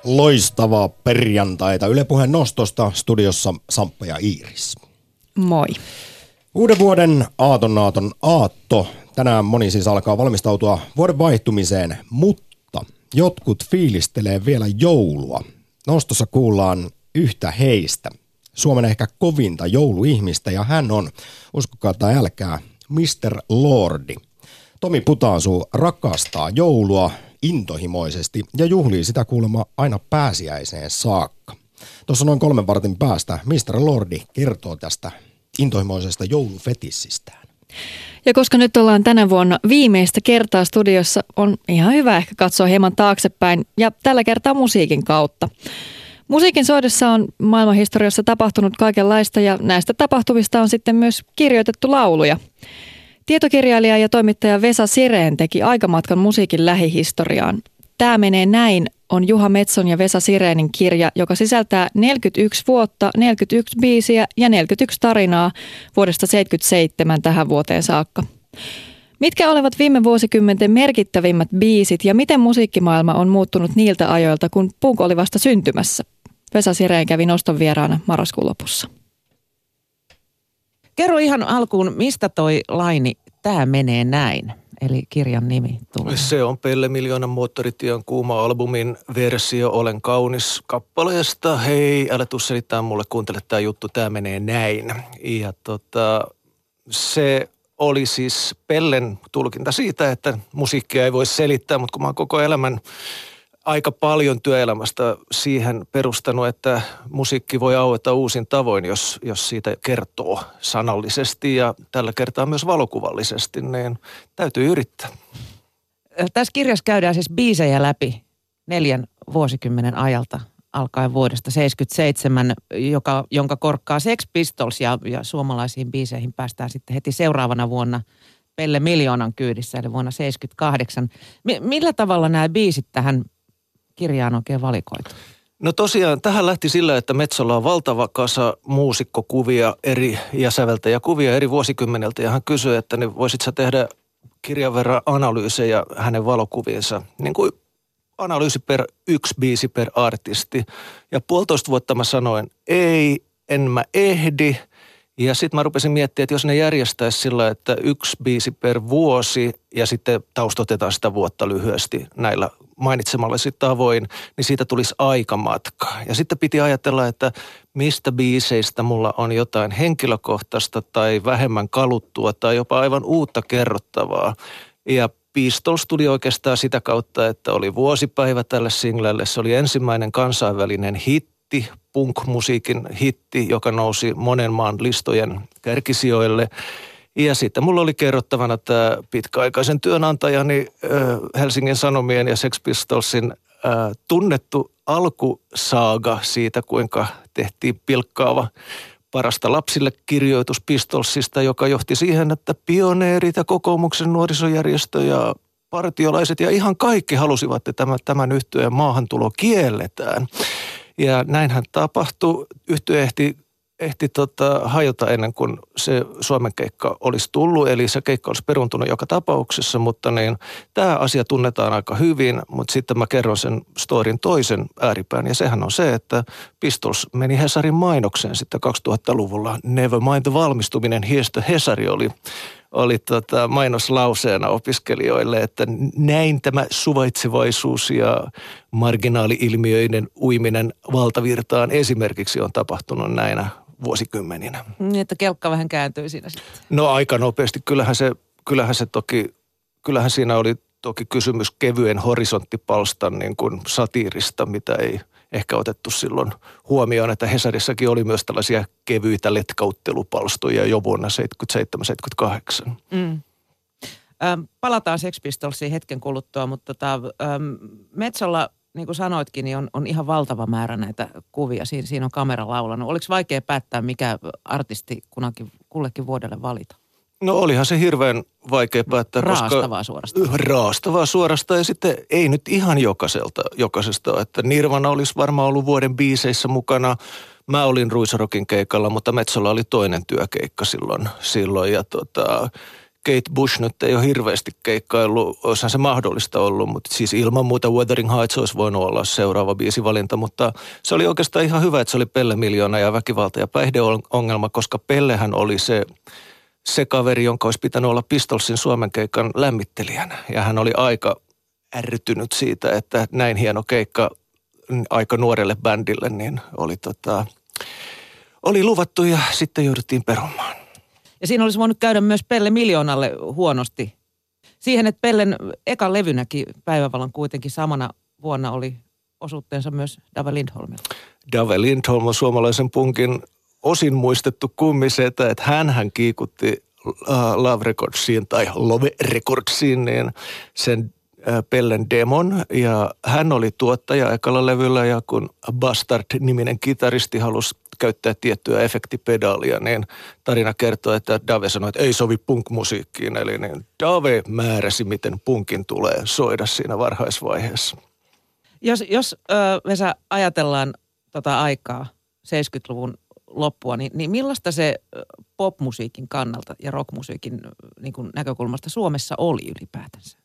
Loistavaa perjantaita Yle Puheen nostosta, studiossa Samppa ja Iiris. Moi. Uuden vuoden aaton aatto. Tänään moni siis alkaa valmistautua vuoden vaihtumiseen, mutta jotkut fiilistelee vielä joulua. Nostossa kuullaan yhtä heistä. Suomen ehkä kovinta jouluihmistä ja hän on, uskokaa tai älkää, Mr. Lordi. Tomi Putaansuu rakastaa joulua intohimoisesti ja juhlii sitä kuulemma aina pääsiäiseen saakka. Tuossa noin 3 vartin päästä Mr. Lordi kertoo tästä intohimoisesta joulufetissistään. Ja koska nyt ollaan tänä vuonna viimeistä kertaa studiossa, on ihan hyvä ehkä katsoa hieman taaksepäin ja tällä kertaa musiikin kautta. Musiikin soidossa on maailmanhistoriassa tapahtunut kaikenlaista ja näistä tapahtumista on sitten myös kirjoitettu lauluja. Tietokirjailija ja toimittaja Vesa Sirén teki aikamatkan musiikin lähihistoriaan. Tää menee näin on Juha Metson ja Vesa Sirénin kirja, joka sisältää 41 vuotta, 41 biisiä ja 41 tarinaa vuodesta 1977 tähän vuoteen saakka. Mitkä olivat viime vuosikymmenten merkittävimmät biisit ja miten musiikkimaailma on muuttunut niiltä ajoilta, kun punk oli vasta syntymässä? Vesa Sirén kävi noston vieraana marraskuun lopussa. Kerro ihan alkuun, mistä toi laini "Tää menee näin", eli kirjan nimi tulee? Se on Pelle Miljoonan moottoritien kuuma albumin versio Olen kaunis kappaleesta. Hei, älä tuu selittää mulle, kuuntele tää juttu, tää menee näin. Ja se oli siis Pellen tulkinta siitä, että musiikkia ei voi selittää, mutta kun mä oon koko elämän aika paljon työelämästä siihen perustanut, että musiikki voi aueta uusin tavoin, jos siitä kertoo sanallisesti ja tällä kertaa myös valokuvallisesti, niin täytyy yrittää. Tässä kirjassa käydään siis biisejä läpi 4 vuosikymmenen ajalta, alkaen vuodesta 1977, jonka korkkaa Sex Pistols ja suomalaisiin biiseihin päästään sitten heti seuraavana vuonna Pelle Miljoonan kyydissä, eli vuonna 1978. Millä tavalla nämä biisit tähän kirjaan oikein valikoitu? No tosiaan, tähän lähti sillä, että Metsolla on valtava kasa muusikkokuvia ja säveltäjäkuvia eri vuosikymmeneltä. Ja hän kysyi, että niin voisit sä tehdä kirjan verran analyysejä hänen valokuviinsa. Niin kuin analyysi per 1 biisi per artisti. Ja 1,5 vuotta mä sanoin, en mä ehdi. Ja sitten mä rupesin miettimään, että jos ne järjestäisi sillä, että 1 biisi per vuosi ja sitten taustotetaan sitä vuotta lyhyesti näillä mainitsemallasi tavoin, niin siitä tulisi aikamatka. Ja sitten piti ajatella, että mistä biiseistä mulla on jotain henkilökohtaista tai vähemmän kaluttua tai jopa aivan uutta kerrottavaa. Ja Pistols tuli oikeastaan sitä kautta, että oli vuosipäivä tälle singlelle. Se oli ensimmäinen kansainvälinen hitti, punk-musiikin hitti, joka nousi monen maan listojen kärkisijoille. Ja sitten mulla oli kerrottavana tämä pitkäaikaisen työnantajani Helsingin Sanomien ja Sex Pistolsin tunnettu alkusaaga siitä, kuinka tehtiin pilkkaava parasta lapsille -kirjoitus Pistolsista, joka johti siihen, että pioneerit ja kokoomuksen nuorisojärjestö ja partiolaiset ja ihan kaikki halusivat, että tämän yhtyeen maahantulo kielletään. Ja näinhän tapahtui. Yhtye ehti hajota ennen kuin se Suomen keikka olisi tullut, eli se keikka olisi peruuntunut joka tapauksessa, mutta niin tämä asia tunnetaan aika hyvin, mutta sitten mä kerron sen storin toisen ääripään, ja sehän on se, että Pistols meni Hesarin mainokseen sitten 2000-luvulla. Nevermind the valmistuminen, hiestä Hesari oli mainoslauseena opiskelijoille, että näin tämä suvaitsevaisuus ja marginaali-ilmiöiden uiminen valtavirtaan esimerkiksi on tapahtunut näinä vuosikymmeninä. Niin, että kelkka vähän kääntyi siinä sitten. No aika nopeasti. Kyllähän siinä oli toki kysymys kevyen horisonttipalstan niin kuin satiirista, mitä ei ehkä otettu silloin huomioon, että Hesarissakin oli myös tällaisia kevyitä letkauttelupalstoja jo vuonna 1977-1978. Palataan Sex Pistolsiin hetken kuluttua, mutta Metsolla, niin kuin sanoitkin, niin on ihan valtava määrä näitä kuvia. Siinä on kamera laulanut. Oliko vaikea päättää, mikä artisti kullekin vuodelle valita? No olihan se hirveän vaikea päättää. Raastavaa suorastaan. Raastavaa suorastaan ja sitten ei nyt ihan jokaisesta. Että Nirvana olisi varmaan ollut vuoden biiseissä mukana. Mä olin Ruisrockin keikalla, mutta Metsolla oli toinen työkeikka silloin. Ja Kate Bush nyt ei ole hirveästi keikkaillut, olisihan se mahdollista ollut, mutta siis ilman muuta Wuthering Heights olisi voinut olla seuraava biisivalinta, mutta se oli oikeastaan ihan hyvä, että se oli Pelle Miljoona ja väkivalta ja päihdeongelma, koska Pellehän oli se kaveri, jonka olisi pitänyt olla Pistolsin Suomen keikan lämmittelijänä ja hän oli aika ärtynyt siitä, että näin hieno keikka aika nuorelle bändille, niin oli luvattu ja sitten jouduttiin perumaan. Ja siinä olisi voinut käydä myös Pelle Miljoonalle huonosti. Siihen, että Pellen eka levynäkin Päivävalon kuitenkin samana vuonna oli osuutteensa myös Dave Lindholmilla. Dave Lindholm on suomalaisen punkin osin muistettu kummisetä, että hänhän kiikutti Love Recordsiin tai Love Recordsiin niin sen Pellen demon ja hän oli tuottaja ekalla levyllä ja kun Bastard-niminen kitaristi halusi käyttää tiettyä efektipedaalia, niin tarina kertoo, että Dave sanoi, että ei sovi punk-musiikkiin. Eli niin Dave määräsi, miten punkin tulee soida siinä varhaisvaiheessa. Jos Vesa ajatellaan tota aikaa, 70-luvun loppua, niin millaista se popmusiikin kannalta ja rockmusiikin niin kuin näkökulmasta Suomessa oli ylipäätänsä?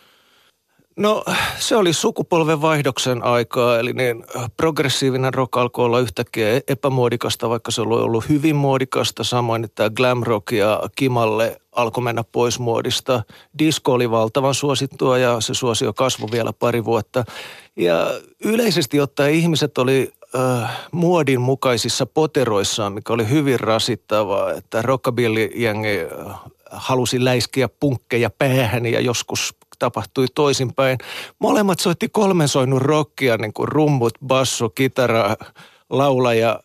No se oli sukupolven vaihdoksen aikaa, eli niin progressiivinen rock alkoi olla yhtäkkiä epämuodikasta, vaikka se oli ollut hyvin muodikasta. Samoin että glam rock ja kimalle alkoi mennä pois muodista. Disco oli valtavan suosittua ja se suosio kasvoi vielä pari vuotta. Ja yleisesti ottaen ihmiset oli muodin mukaisissa poteroissaan, mikä oli hyvin rasittavaa, että rockabilly-jengi halusi läiskiä punkkeja päähän ja joskus tapahtui toisinpäin. Molemmat soitti kolmensoinnun rockia, niin kuin rummut, basso, kitara, laulaja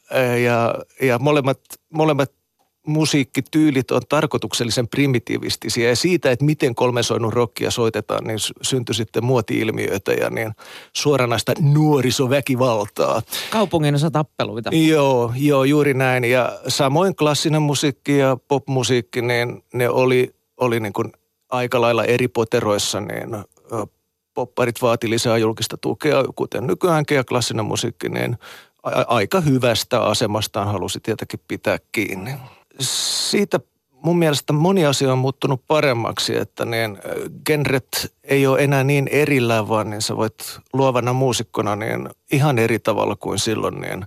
ja molemmat musiikkityylit on tarkoituksellisen primitiivistisiä ja siitä, että miten kolmensoinnun rockia soitetaan, niin syntyi sitten muoti-ilmiöitä ja niin suoranaista nuorisoväkivaltaa. Kaupungin osa tappeluita. Joo, juuri näin ja samoin klassinen musiikki ja popmusiikki, niin ne oli niin kuin aika lailla eri poteroissa, niin popparit vaati lisää julkista tukea, kuten nykyäänkin ja klassinen musiikki, niin aika hyvästä asemastaan halusi tietenkin pitää kiinni. Siitä mun mielestä moni asia on muuttunut paremmaksi, että niin genret ei ole enää niin erillään, vaan niin sä voit luovana muusikkona niin ihan eri tavalla kuin silloin niin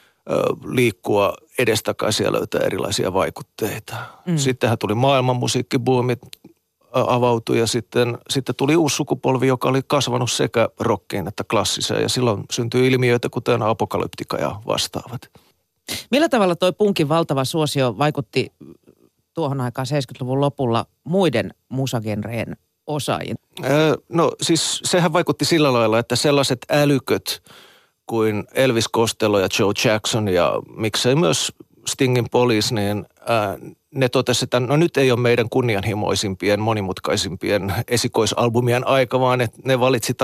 liikkua edestakaisin ja löytää erilaisia vaikutteita. Sittenhän tuli maailman musiikkibuumi, avautui ja sitten tuli uusi sukupolvi, joka oli kasvanut sekä rockiin että klassiseen ja silloin syntyi ilmiöitä, kuten apokalyptika ja vastaavat. Millä tavalla toi punkin valtava suosio vaikutti tuohon aikaan 70-luvun lopulla muiden musagenreen osaajiin? No siis sehän vaikutti sillä lailla, että sellaiset älyköt kuin Elvis Costello ja Joe Jackson ja miksei myös Stingin Police, niin ne totesivat, että no nyt ei ole meidän kunnianhimoisimpien, monimutkaisimpien esikoisalbumien aika, vaan ne valitsi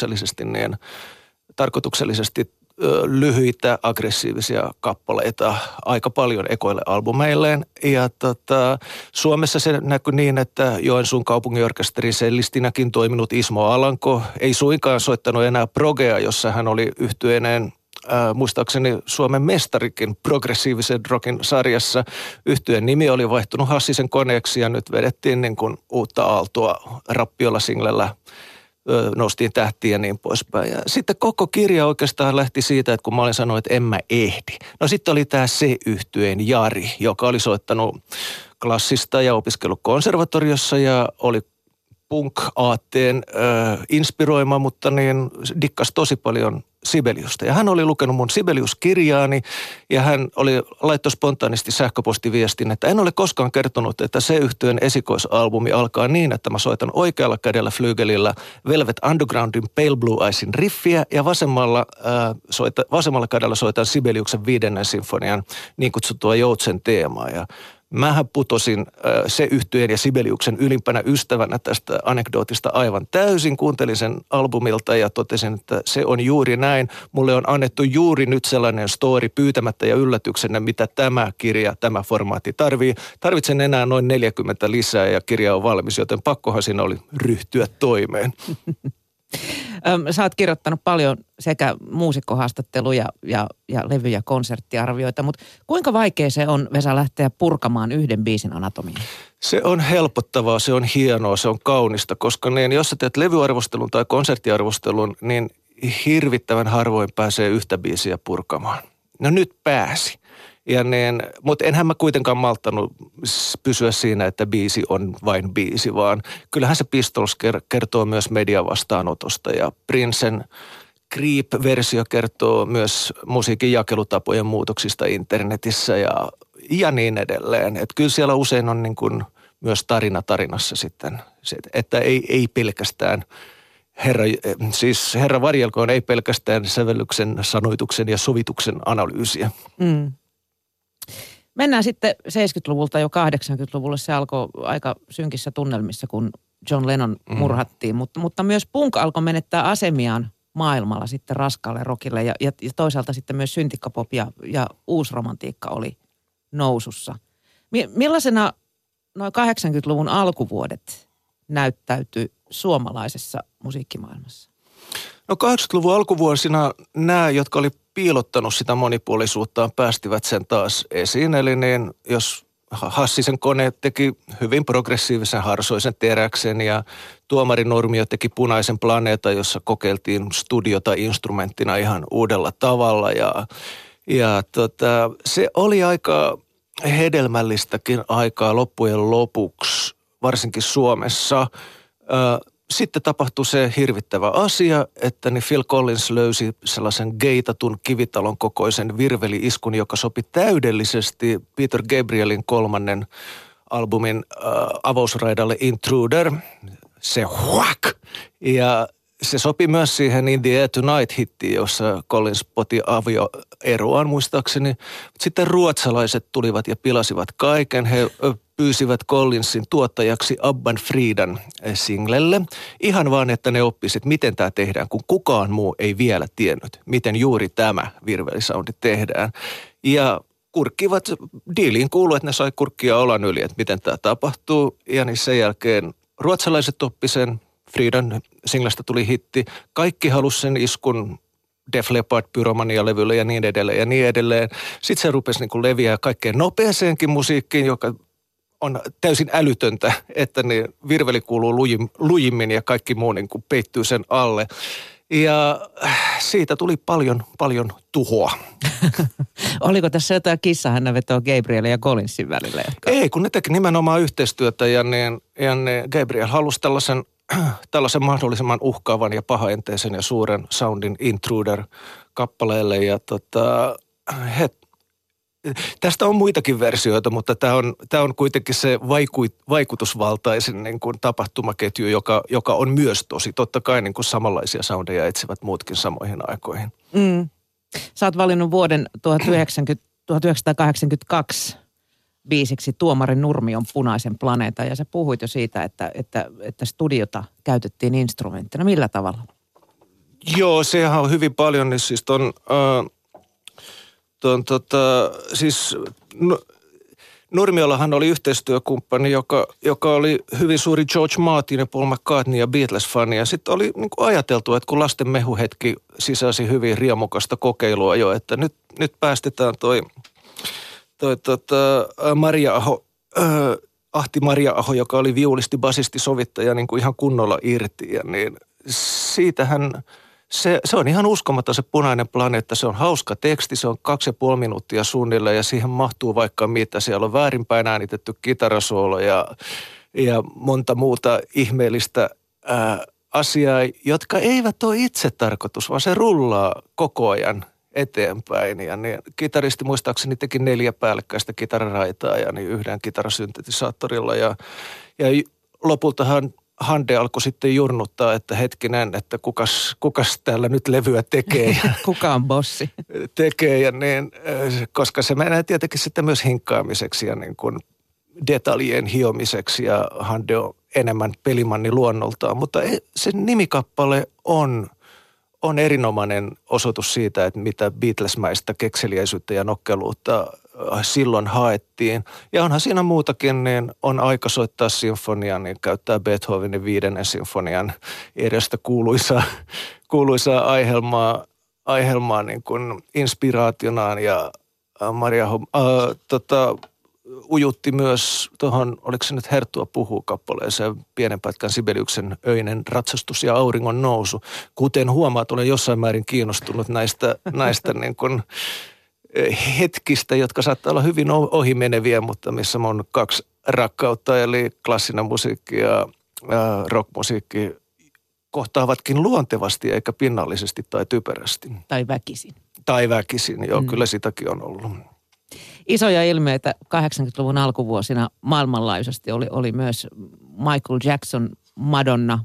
tarkoituksellisesti lyhyitä, aggressiivisia kappaleita aika paljon ekoille albumeilleen. Ja Suomessa se näkyi niin, että Joensuun kaupunginorkesterin sellistinäkin toiminut Ismo Alanko ei suinkaan soittanut enää progea, jossa hän oli yhtyeineen muistaakseni Suomen mestarikin progressiivisen rockin sarjassa. Yhtyeen nimi oli vaihtunut Hassisen koneeksi ja nyt vedettiin niin kuin uutta aaltoa rappiolla singlellä, noustiin tähtiin ja niin poispäin. Ja sitten koko kirja oikeastaan lähti siitä, että kun mä olin sanonut, että en mä ehdi. No sitten oli tämä C-yhtyeen Jari, joka oli soittanut klassista ja opiskellut konservatoriossa ja oli punk-aatteen inspiroima, mutta niin dikkas tosi paljon Sibeliusta. Ja hän oli lukenut mun Sibelius-kirjaani ja hän laittoi spontaanisti sähköpostiviestin, että en ole koskaan kertonut, että se yhtyeen esikoisalbumi alkaa niin, että mä soitan oikealla kädellä flügelillä Velvet Undergroundin Pale Blue Eyesin riffiä ja vasemmalla kädellä soitan Sibeliuksen 5. sinfonian niin kutsuttua Joutsen teemaa ja mähän putosin se yhtyeen ja Sibeliuksen ylimpänä ystävänä tästä anekdootista aivan täysin. Kuuntelin sen albumilta ja totesin, että se on juuri näin. Mulle on annettu juuri nyt sellainen story pyytämättä ja yllätyksenä, mitä tämä kirja, tämä formaatti tarvii. Tarvitsen enää noin 40 lisää ja kirja on valmis, joten pakkohan siinä oli ryhtyä toimeen. Sä oot kirjoittanut paljon sekä muusikkohaastatteluja ja levy- ja konserttiarvioita, mutta kuinka vaikea se on, Vesa, lähteä purkamaan yhden biisin anatomiaa? Se on helpottavaa, se on hienoa, se on kaunista, koska niin, jos sä teet levyarvostelun tai konserttiarvostelun, niin hirvittävän harvoin pääsee yhtä biisiä purkamaan. No nyt pääsi. Mutta enhän mä kuitenkaan malttanut pysyä siinä, että biisi on vain biisi, vaan kyllähän se Pistols kertoo myös mediavastaanotosta ja Princen Creep-versio kertoo myös musiikin jakelutapojen muutoksista internetissä ja niin edelleen. Että kyllä siellä usein on niin kuin myös tarina tarinassa sitten, että ei pelkästään Herra varjelkoon ei pelkästään sävellyksen, sanoituksen ja sovituksen analyysiä. Mm. Mennään sitten 70-luvulta jo 80-luvulle. Se alkoi aika synkissä tunnelmissa, kun John Lennon murhattiin. Mutta myös punk alkoi menettää asemiaan maailmalla sitten raskaalle rockille. Ja toisaalta sitten myös syntikkapop ja uusromantiikka oli nousussa. Millaisena noin 80-luvun alkuvuodet näyttäytyi suomalaisessa musiikkimaailmassa? No 80-luvun alkuvuosina nämä, jotka oli piilottanut sitä monipuolisuuttaan, päästivät sen taas esiin. Eli niin, jos Hassisen kone teki hyvin progressiivisen harsoisen teräksen ja Tuomari Nurmio teki Punaisen planeetan, jossa kokeiltiin studiota instrumenttina ihan uudella tavalla. Se oli aika hedelmällistäkin aikaa loppujen lopuksi, varsinkin Suomessa. Sitten tapahtui se hirvittävä asia, että niin Phil Collins löysi sellaisen geitatun kivitalon kokoisen virveli-iskun, joka sopi täydellisesti Peter Gabrielin 3. albumin avausraidalle Intruder. Se huak! Ja se sopi myös siihen In the Air Tonight-hittiin, jossa Collins poti avioeroaan muistaakseni. Sitten ruotsalaiset tulivat ja pilasivat kaiken. He pyysivät Collinsin tuottajaksi Abban Fridan singlelle. Ihan vaan, että ne oppisit, miten tämä tehdään, kun kukaan muu ei vielä tiennyt, miten juuri tämä virvelisoundi tehdään. Ja kurkkivat, diiliin kuului, että ne sai kurkkia olan yli, että miten tämä tapahtuu. Ja niin sen jälkeen ruotsalaiset oppi sen, Fridan singlestä tuli hitti. Kaikki halusi sen iskun Def Leppard, Pyromania-levylle ja niin edelleen ja niin edelleen. Sitten se rupesi niin kuin leviää kaikkein nopeaseenkin musiikkiin, joka on täysin älytöntä, että niin virveli kuuluu lujimmin ja kaikki muu niin kuin peittyy sen alle. Ja siitä tuli paljon tuhoa. Oliko tässä jotain kissahännänvetoa Gabrielin ja Collinsin välillä? Ei, kun ne teki nimenomaan yhteistyötä ja Gabriel halusi tällaisen mahdollisimman uhkaavan ja pahaenteisen ja suuren soundin Intruder-kappaleelle. Ja tästä on muitakin versioita, mutta tämä on kuitenkin se vaikutusvaltaisin niin kuin tapahtumaketju, joka on myös tosi. Totta kai niin kuin samanlaisia soundeja etsivät muutkin samoihin aikoihin. Mm. Sä oot valinnut vuoden 1982 biisiksi Tuomari Nurmion Punaisen planeetan, ja sä puhuit jo siitä, että studiota käytettiin instrumenttina. Millä tavalla? Joo, sehän on hyvin paljon, niin siis Nurmiollahan oli yhteistyökumppani, joka oli hyvin suuri George Martin ja Paul McCartney ja Beatles-fani. Ja sitten oli niin kuin ajateltu, että kun lasten mehuhetki sisälsi hyvin riemukasta kokeilua jo, että nyt päästetään toi Ahti Maria-aho, joka oli viulisti, basisti, sovittaja niin kuin ihan kunnolla irti. Ja niin siitähän se on ihan uskomaton se Punainen planeetta. Se on hauska teksti, se on 2,5 minuuttia suunnilleen ja siihen mahtuu vaikka mitä. Siellä on väärinpäin äänitetty kitarasoolo ja monta muuta ihmeellistä asiaa, jotka eivät ole itse tarkoitus, vaan se rullaa koko ajan eteenpäin. Ja niin, kitaristi muistaakseni teki 4 päällekkäistä kitararaitaa ja niin 1 kitarasyntetisaattorilla. Ja lopultahan Hande alkoi sitten jurnuttaa, että hetkinen, että kukas täällä nyt levyä tekee. Kuka on bossi? Tekee, ja niin, koska se menee tietenkin sitten myös hinkkaamiseksi ja niin kuin detaljien hiomiseksi, ja Hande on enemmän pelimanni luonnoltaan. Mutta se nimikappale on erinomainen osoitus siitä, että mitä Beatlesmäistä kekseliäisyyttä ja nokkeluutta silloin haettiin. Ja onhan siinä muutakin, niin on aika soittaa sinfonia, niin käyttää Beethovenin 5. sinfonian edestä kuuluisaa aihelmaa niin kuin inspiraationaan ja Maria ujutti myös tuohon, oliko se nyt Herttua puhuu kappaleeseen, pienen pätkän Sibeliuksen Öinen ratsastus ja auringon nousu. Kuten huomaat, olen jossain määrin kiinnostunut näistä niin kuin hetkistä, jotka saattaa olla hyvin ohimeneviä, mutta missä on 2 rakkautta, eli klassinen musiikki ja rockmusiikki kohtaavatkin luontevasti eikä pinnallisesti tai typerästi. Tai väkisin, joo, kyllä sitäkin on ollut. Isoja ilmeitä 80-luvun alkuvuosina maailmanlaajuisesti oli myös Michael Jackson, Madonna,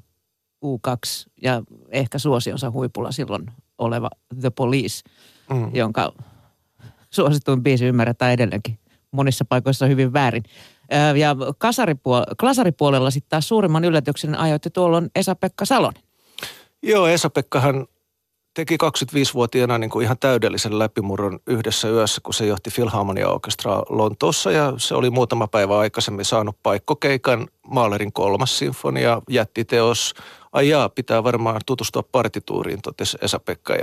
U2 ja ehkä suosionsa huipulla silloin oleva The Police, jonka suosituin biisi ymmärretään edelleenkin monissa paikoissa hyvin väärin. Ja klasaripuolella sitten taas suurimman yllätyksen ajoitti tuolloin Esa-Pekka Salonen. Joo, Esa-Pekkahan teki 25-vuotiaana niin kuin ihan täydellisen läpimurron yhdessä yössä, kun se johti Philharmonia Orchestraa Lontoossa ja se oli muutama päivä aikaisemmin saanut paikkokeikan Mahlerin 3. sinfonia, jättiteos. Ai jaa, pitää varmaan tutustua partituuriin, totesi Esa-Pekka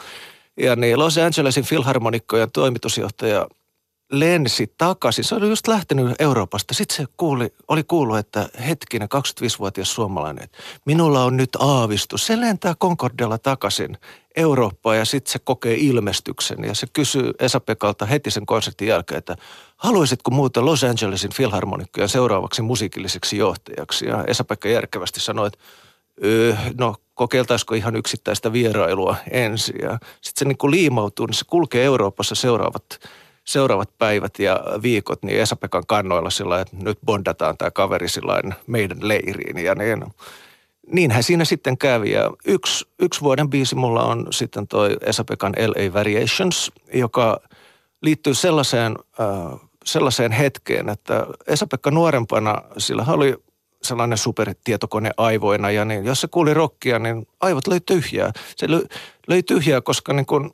ja niin Los Angelesin Philharmonikkojen toimitusjohtaja lensi takaisin. Se oli just lähtenyt Euroopasta. Sitten se oli kuullut, että hetkinen, 25-vuotias suomalainen, että minulla on nyt aavistus. Se lentää Concordella takaisin Eurooppaan ja sitten se kokee ilmestyksen. Ja se kysyy Esa-Pekalta heti sen konsertin jälkeen, että haluaisitko muuta Los Angelesin Philharmonikkojen seuraavaksi musiikilliseksi johtajaksi? Ja Esa-Pekka järkevästi sanoi, että no kokeiltaisiko ihan yksittäistä vierailua ensin. Ja sitten se niin kuin liimautuu, niin se kulkee Euroopassa seuraavat päivät ja viikot niin Esa-Pekan kannoilla sillä, että nyt bondataan tämä kaveri sillain meidän leiriin. Ja niinhän siinä sitten kävi. Ja yksi vuoden biisi mulla on sitten toi Esa-Pekan LA Variations, joka liittyy sellaiseen hetkeen, että Esa-Pekka nuorempana, sillä oli sellainen supertietokone aivoina ja niin, jos se kuuli rockia, niin aivot löi tyhjää. Se löi tyhjää, koska niin kuin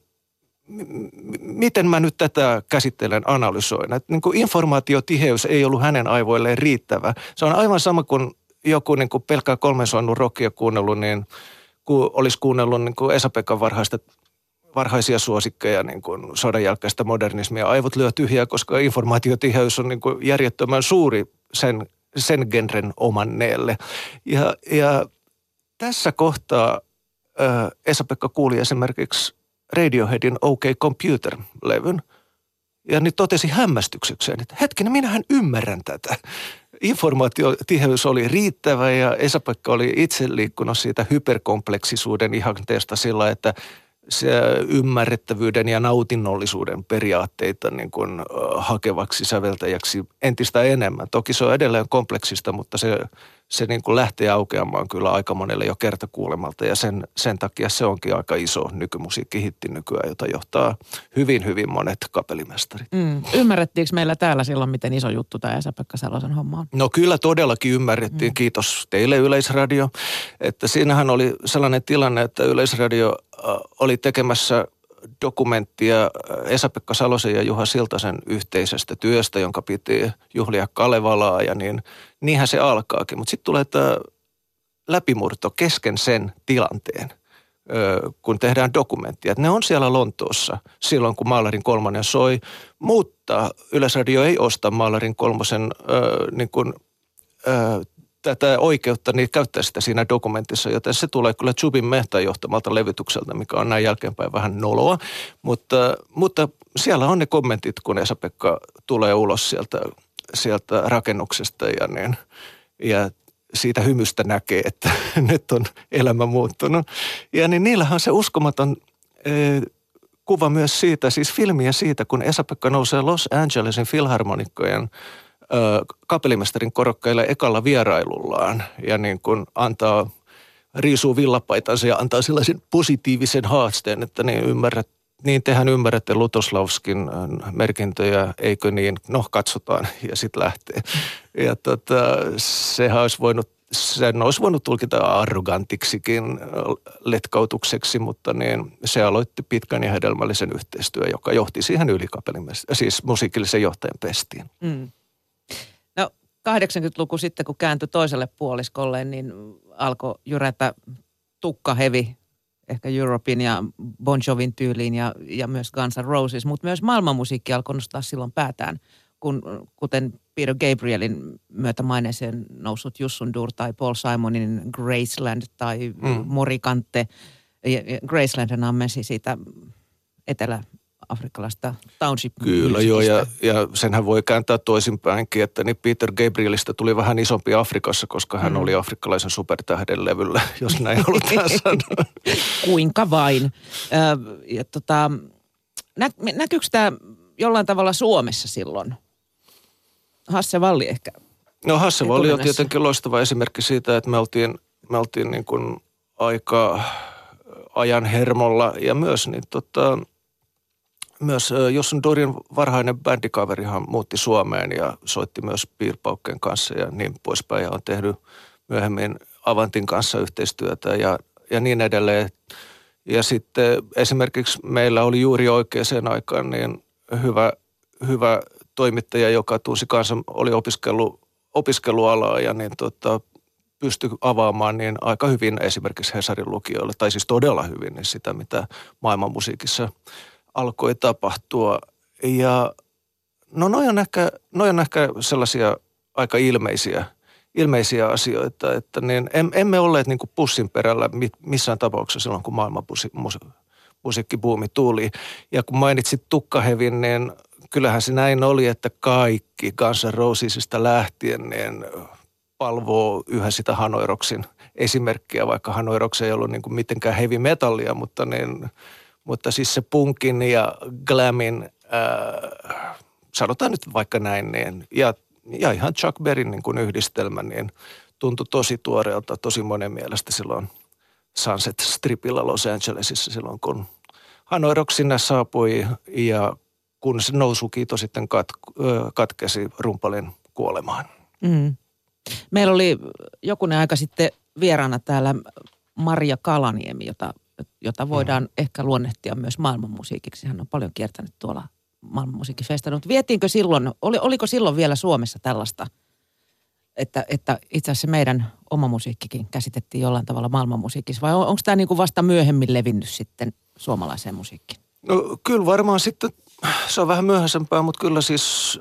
miten mä nyt tätä käsittelen, analysoin. Että niin kuin informaatiotiheys ei ollut hänen aivoilleen riittävä. Se on aivan sama kuin joku niin kuin pelkkää 3 soinnut rockia kuunnellut, niin kun olisi kuunnellut niin kuin Esa-Pekan varhaisia suosikkeja, niin kuin sodan jälkeistä modernismia. Aivot lyö tyhjää, koska informaatiotiheys on niin kuin järjettömän suuri sen genren omanneelle. Ja tässä kohtaa Esa-Pekka kuuli esimerkiksi Radioheadin OK Computer-levyn. Ja niin totesi hämmästyksekseen, että hetkinen, minähän ymmärrän tätä. Informaatiotiheys oli riittävä ja Esa-Pekka oli itse liikkunut siitä hyperkompleksisuuden ihanteesta sillä, että se ymmärrettävyyden ja nautinnollisuuden periaatteita niin kuin hakevaksi säveltäjäksi entistä enemmän. Toki se on edelleen kompleksista, mutta se niin kuin lähtee aukeamaan kyllä aika monelle jo kertakuulemalta ja sen takia se onkin aika iso nykymusiikkihitti nykyään, jota johtaa hyvin, hyvin monet kapellimestarit. Ymmärrettiinkö meillä täällä silloin, miten iso juttu tämä Esa-Pekka Salosen homma on? No kyllä todellakin ymmärrettiin. Kiitos teille Yleisradio. Että siinähän oli sellainen tilanne, että Yleisradio oli tekemässä dokumenttia Esa-Pekka Salosen ja Juha Siltasen yhteisestä työstä, jonka piti juhlia Kalevalaa ja niinhän se alkaakin. Mutta sitten tulee tämä läpimurto kesken sen tilanteen, kun tehdään dokumenttia. Että ne on siellä Lontoossa silloin, kun Mahlerin 3 soi, mutta Yleisradio ei osta Mahlerin 3 niin kuin tätä oikeutta, niin käyttää sitä siinä dokumentissa, joten se tulee kyllä Zubin Mehtan johtamalta levytykseltä, mikä on näin jälkeenpäin vähän noloa, mutta siellä on ne kommentit, kun Esa-Pekka tulee ulos sieltä rakennuksesta ja siitä hymystä näkee, että nyt on elämä muuttunut. Ja niin niillähän on se uskomaton kuva myös siitä, siis filmiä siitä, kun Esa-Pekka nousee Los Angelesin Philharmonikkojen kapellimestarin korokkeille ekalla vierailullaan ja niin kuin riisuu villapaitansa ja antaa sellaisen positiivisen haasteen, että niin tehän ymmärrätte Lutoslavskin merkintöjä, eikö niin? No katsotaan ja sitten lähtee. Ja sehän olisi voinut sen olisi voinut tulkita arrogantiksikin letkautukseksi, mutta niin se aloitti pitkän ja hedelmällisen yhteistyön, joka johti siihen siis musiikillisen johtajan pestiin. Mm. No 80-luku sitten, kun kääntyi toiselle puoliskolle, niin alkoi jyrätä tukkahevi, ehkä Europin ja Bon Jovin tyyliin ja myös Guns N' Roses, mutta myös maailmanmusiikki alkoi nostaa silloin päätään, kuten Peter Gabrielin myötä maineeseen noussut Youssou N'Dour tai Paul Simonin Graceland tai Morikante. Graceland ammensi siitä etelä-afrikkalaista township. Kyllä joo, ja senhän voi kääntää toisinpäinkin, että niin Peter Gabrielista tuli vähän isompi Afrikassa, koska hän oli afrikkalaisen supertähden levyllä, jos näin halutaan sanoa. Kuinka vain. Näkyykö tämä jollain tavalla Suomessa silloin? Hasse Walli ehkä. No Hasse Walli on tietenkin loistava esimerkki siitä, että me oltiin niin kuin aika ajan hermolla ja myös myös Youssou N'Dourin varhainen bändikaverihan muutti Suomeen ja soitti myös piirpaukkeen kanssa ja niin poispäin ja on tehnyt myöhemmin Avantin kanssa yhteistyötä ja niin edelleen. Ja sitten esimerkiksi meillä oli juuri oikeaan aikaan niin hyvä toimittaja, joka tunsi kanssa, oli opiskelualaa ja niin pystyi avaamaan niin aika hyvin esimerkiksi Hesarin lukijoille, tai siis todella hyvin niin sitä, mitä maailmanmusiikissa alkoi tapahtua. Ja no noi on ehkä sellaisia aika ilmeisiä asioita, että niin emme olleet niin kuin pussin perällä missään tapauksessa silloin, kun maailmanmusiikkibuumi tuli. Ja kun mainitsit tukkahevin, niin kyllähän se näin oli, että kaikki Guns N' Rosesista lähtien niin palvoo yhä sitä Hanoi Rocksin esimerkkiä, vaikka Hanoi Rocks ei ollut niin kuin mitenkään heavy metallia, mutta siis se punkin ja glamin, sanotaan nyt vaikka näin, niin, ja ihan Chuck Berryn niin kuin yhdistelmä, niin tuntui tosi tuoreelta, tosi monen mielestä silloin Sunset Stripillä Los Angelesissa silloin, kun Hanoi Rock sinne saapui ja kun se nousukiito sitten katkesi Rumpalin kuolemaan. Mm. Meillä oli jokunen aika sitten vieraana täällä Maria Kalaniemi, jota voidaan ehkä luonnehtia myös maailmanmusiikiksi. Hän on paljon kiertänyt tuolla maailmanmusiikkifestillä. Mutta vietiinkö silloin, oliko silloin vielä Suomessa tällaista, että itse asiassa meidän oma musiikkikin käsitettiin jollain tavalla maailmanmusiikissa? Vai onko tämä niinku vasta myöhemmin levinnyt sitten suomalaiseen musiikkiin? No kyllä varmaan sitten, se on vähän myöhäisempää, mutta kyllä siis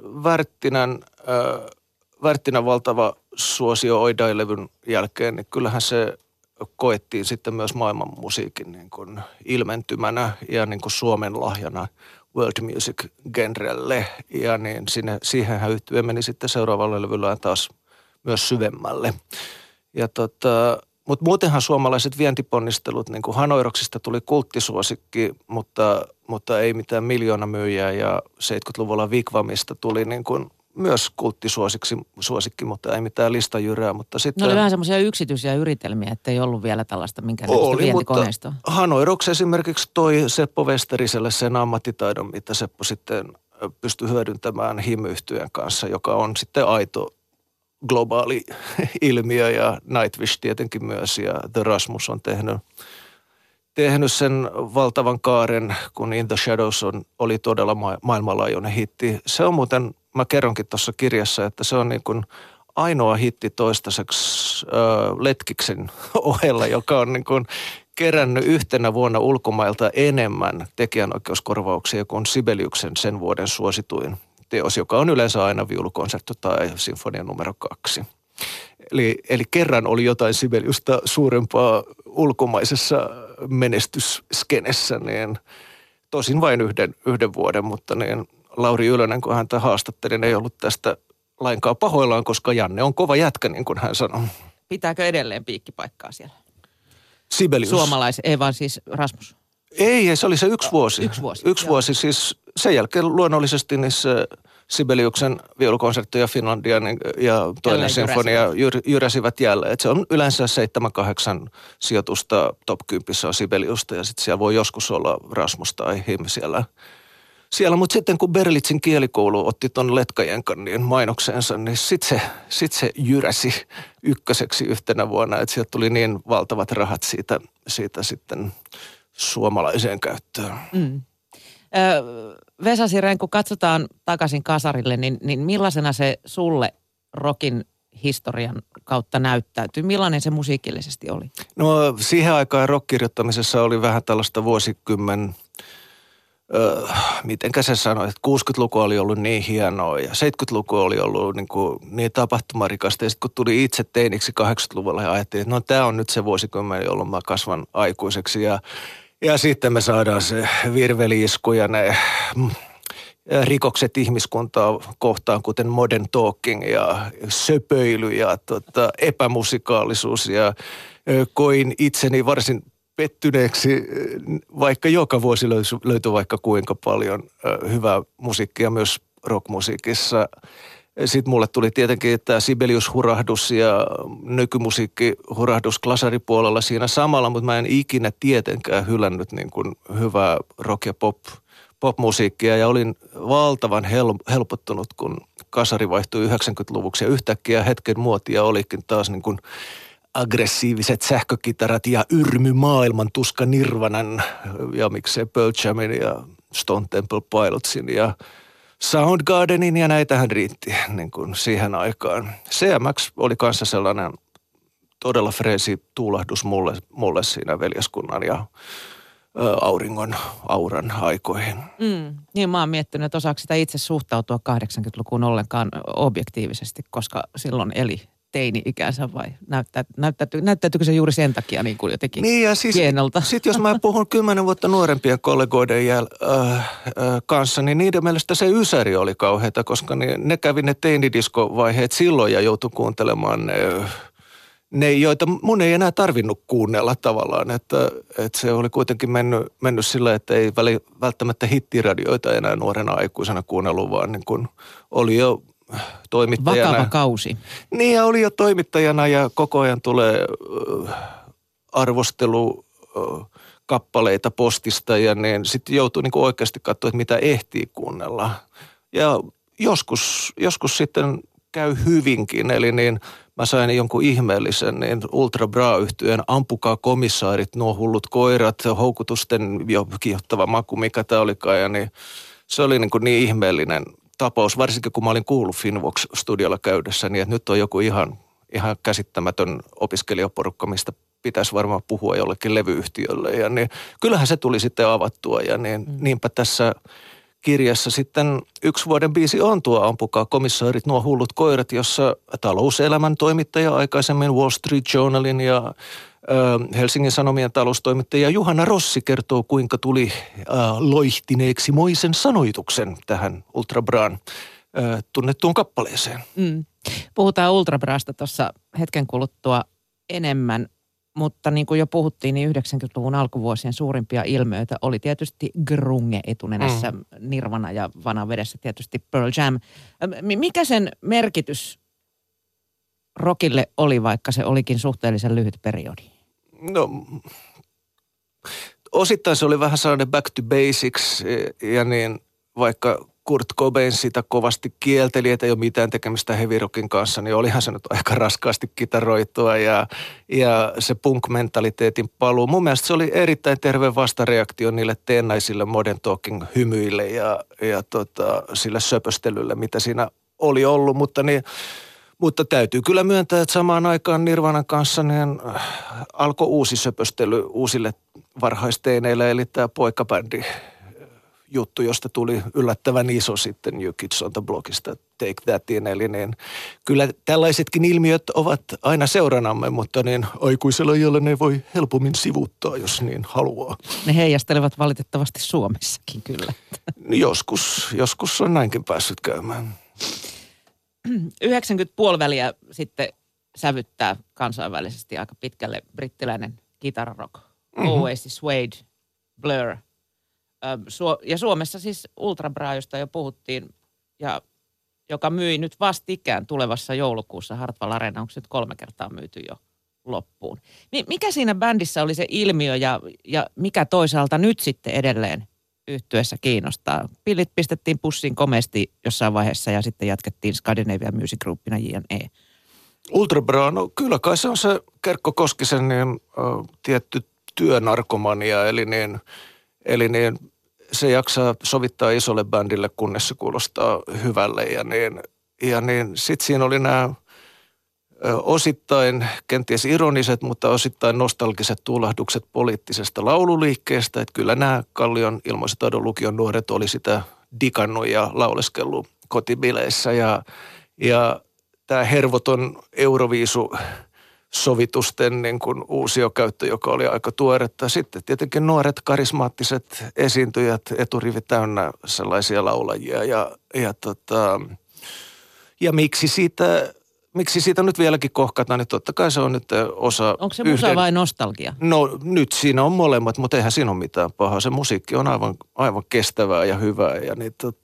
Värttinän valtava suosio Oidai-levyn jälkeen, niin kyllähän se koettiin sitten myös maailmanmusiikin niin kuin ilmentymänä ja niin kuin Suomen lahjana world music genrelle. Ja niin siihenhän yhtye meni sitten seuraavalla levyllä taas myös syvemmälle. Ja mutta muutenhan suomalaiset vientiponnistelut, niin kuin Hanoi Rocksista tuli kulttisuosikki, mutta ei mitään miljoonamyyjää ja 70-luvulla Wigwamista tuli niin kuin myös kulttisuosikki, mutta ei mitään listajyrää. Mutta sitten ne oli vähän semmoisia yksityisiä yritelmiä, että ei ollut vielä tällaista minkäännäköistä vientikoneistoa. Mutta Hanoi Rocks esimerkiksi toi Seppo Westeriselle sen ammattitaidon, mitä Seppo sitten pystyi hyödyntämään HIM-yhtyeen kanssa, joka on sitten aito globaali ilmiö ja Nightwish tietenkin myös ja The Rasmus on tehnyt sen valtavan kaaren, kun In the Shadows oli todella maailmanlaajuinen hitti. Se on muuten, mä kerronkin tuossa kirjassa, että se on niin kuin ainoa hitti toistaiseksi Letkiksen ohella, joka on niin kuin kerännyt yhtenä vuonna ulkomailta enemmän tekijänoikeuskorvauksia kuin Sibeliuksen sen vuoden suosituin teos, joka on yleensä aina viulukonsertto tai sinfonia numero 2. Eli kerran oli jotain Sibeliusta suurempaa ulkomaisessa menestysskenessä, niin tosin vain yhden vuoden, mutta niin Lauri Ylönen, kun häntä haastattelin, niin ei ollut tästä lainkaan pahoillaan, koska Janne on kova jätkä, niin kuin hän sanoi. Pitääkö edelleen piikkipaikkaa siellä? Sibelius. Ei vaan siis Rasmus. Ei, se oli se yksi vuosi. Yksi vuosi, siis sen jälkeen luonnollisesti niissä Sibeliuksen viulukonsertto ja Finlandia ja toinen sinfonia jyräsivät jälleen. Se on yleensä 7-8 sijoitusta top 10 on Sibeliusta ja sitten siellä voi joskus olla Rasmus tai HIM siellä siellä, mutta sitten kun Berlitzin kielikoulu otti ton Letkajenkan niin mainoksensa, niin sitten se jyräsi ykköseksi yhtenä vuonna, että sieltä tuli niin valtavat rahat siitä sitten suomalaiseen käyttöön. Vesa Sirén, kun katsotaan takaisin kasarille, niin millaisena se sulle rockin historian kautta näyttäytyy? Millainen se musiikillisesti oli? No siihen aikaan rock-kirjoittamisessa oli vähän tällaista vuosikymmen, mitenkä se sanoi, että 60-luku oli ollut niin hienoa ja 70-luku oli ollut niin tapahtumarikasta. Ja sitten kun tuli itse teiniksi 80-luvulla ja ajattelin, että no tämä on nyt se vuosikymmen, jolloin mä kasvan aikuiseksi. Ja sitten me saadaan se virveli-isku ja ne rikokset ihmiskuntaa kohtaan, kuten modern talking ja söpöily ja epämusikaalisuus. Ja koin itseni varsin pettyneeksi, vaikka joka vuosi löytyi vaikka kuinka paljon hyvää musiikkia myös rockmusiikissa. Sitten mulle tuli tietenkin tämä Sibelius-hurahdus ja nykymusiikki-hurahdus klasaripuolella siinä samalla, mutta mä en ikinä tietenkään hylännyt niin kuin hyvää rock- ja popmusiikkia ja olin valtavan helpottunut, kun kasari vaihtui 90-luvuksi ja yhtäkkiä hetken muotia olikin taas niin kuin aggressiiviset sähkökitarat ja yrmy maailman tuska Nirvanan ja miksei Pearl Jamin ja Stone Temple Pilotsin ja Soundgardenin ja näitähän riitti niin kuin siihen aikaan. CMX oli kanssa sellainen todella freesi tuulahdus mulle siinä veljeskunnan ja auringon auran aikoihin. Niin mä oon miettinyt, että osaako sitä itse suhtautua 80-lukuun ollenkaan objektiivisesti, koska silloin eli teini-ikänsä vai näyttäytyykö se juuri sen takia niin kuin jotenkin hienolta? Sitten jos mä puhun 10 vuotta nuorempien kollegoiden kanssa, niin niiden mielestä se ysäri oli kauheata, koska ne kävi ne teinidiskovaiheet silloin ja joutui kuuntelemaan ne, joita mun ei enää tarvinnut kuunnella tavallaan, että se oli kuitenkin mennyt sillä, että ei välttämättä hittiradioita enää nuorena aikuisena kuunnellut, vaan niin kuin oli jo toimittajana. Vakava kausi. Niin, ja oli jo toimittajana ja koko ajan tulee arvostelukappaleita postista ja niin sitten joutuu niin kuin oikeasti katsoa, että mitä ehtii kuunnella. Ja joskus sitten käy hyvinkin, eli niin mä sain jonkun ihmeellisen niin Ultra Bra-yhtyeen Ampukaa komissaarit, nuo hullut koirat, houkutusten jo kiihottava maku, mikä tämä olikaan. Ja niin, se oli niin ihmeellinen tapaus, varsinkin kun mä olin kuullut Finvox-studiolla käydessä, niin että nyt on joku ihan käsittämätön opiskelijaporukka, mistä pitäisi varmaan puhua jollekin levyyhtiölle. Ja niin, kyllähän se tuli sitten avattua ja niinpä tässä kirjassa sitten 1 vuoden biisi on tuo Ampukaa komissaarit, nuo hullut koirat, jossa talouselämän toimittaja, aikaisemmin Wall Street Journalin ja Helsingin Sanomien taloustoimittaja Juhana Rossi kertoo, kuinka tuli loihtineeksi moisen sanoituksen tähän Ultra Braan tunnettuun kappaleeseen. Puhutaan Ultra Brasta tuossa hetken kuluttua enemmän. Mutta niin kuin jo puhuttiin, niin 90-luvun alkuvuosien suurimpia ilmiöitä oli tietysti grunge etunenässä, Nirvana ja vanavedessä tietysti Pearl Jam. Mikä sen merkitys rockille oli, vaikka se olikin suhteellisen lyhyt periodi? No, osittain se oli vähän sellainen back to basics ja niin vaikka Kurt Cobain sitä kovasti kielteli, että ei ole mitään tekemistä heavy rockin kanssa, niin olihan se nyt aika raskaasti kitaroitua ja se punk-mentaliteetin paluu. Mun mielestä se oli erittäin terve vastareaktio niille teennäisille modern talking hymyille ja sille söpöstelylle, mitä siinä oli ollut, mutta täytyy kyllä myöntää, että samaan aikaan Nirvanan kanssa niin alkoi uusi söpöstely uusille varhaisteineille, eli tämä poikabändi juttu, josta tuli yllättävän iso sitten New Kids on the Blockista Take Thatin, eli niin kyllä tällaisetkin ilmiöt ovat aina seuranamme, mutta niin aikuisella iällä ne voi helpommin sivuuttaa, jos niin haluaa. Ne heijastelevat valitettavasti Suomessakin kyllä. Joskus on näinkin päässyt käymään. 90-puoliväliä sitten sävyttää kansainvälisesti aika pitkälle brittiläinen kitararock. Oasis, Suede, Blur. Ja Suomessa siis Ultra Bra, josta jo puhuttiin, ja joka myi nyt vastikään tulevassa joulukuussa Hartwall Arena. Onko se nyt 3 kertaa myyty jo loppuun? Mikä siinä bändissä oli se ilmiö ja mikä toisaalta nyt sitten edelleen yhtyeessä kiinnostaa? Pillit pistettiin pussiin komeasti jossain vaiheessa ja sitten jatkettiin Scandinavian Music Groupina J&E. Ultra Bra, no kyllä kai se on se Kerkko Koskisen tietty työnarkomania, eli se jaksaa sovittaa isolle bändille, kunnes se kuulostaa hyvälle ja sitten siinä oli nämä osittain kenties ironiset, mutta osittain nostalgiset tuulahdukset poliittisesta laululiikkeestä. Että kyllä nämä Kallion Ilmaisitaidon lukion nuoret oli sitä digannut ja lauleskellut kotibileissä. Ja tämä hervoton Euroviisu-sovitusten niin kuin uusiokäyttö, joka oli aika tuoretta. Sitten tietenkin nuoret karismaattiset esiintyjät, eturivi täynnä sellaisia laulajia. Ja miksi siitä nyt vieläkin kohkataan, niin totta kai se on nyt osa. Onko se musa vai nostalgia? No nyt siinä on molemmat, mutta eihän siinä ole mitään pahaa. Se musiikki on aivan kestävää ja hyvää. Ja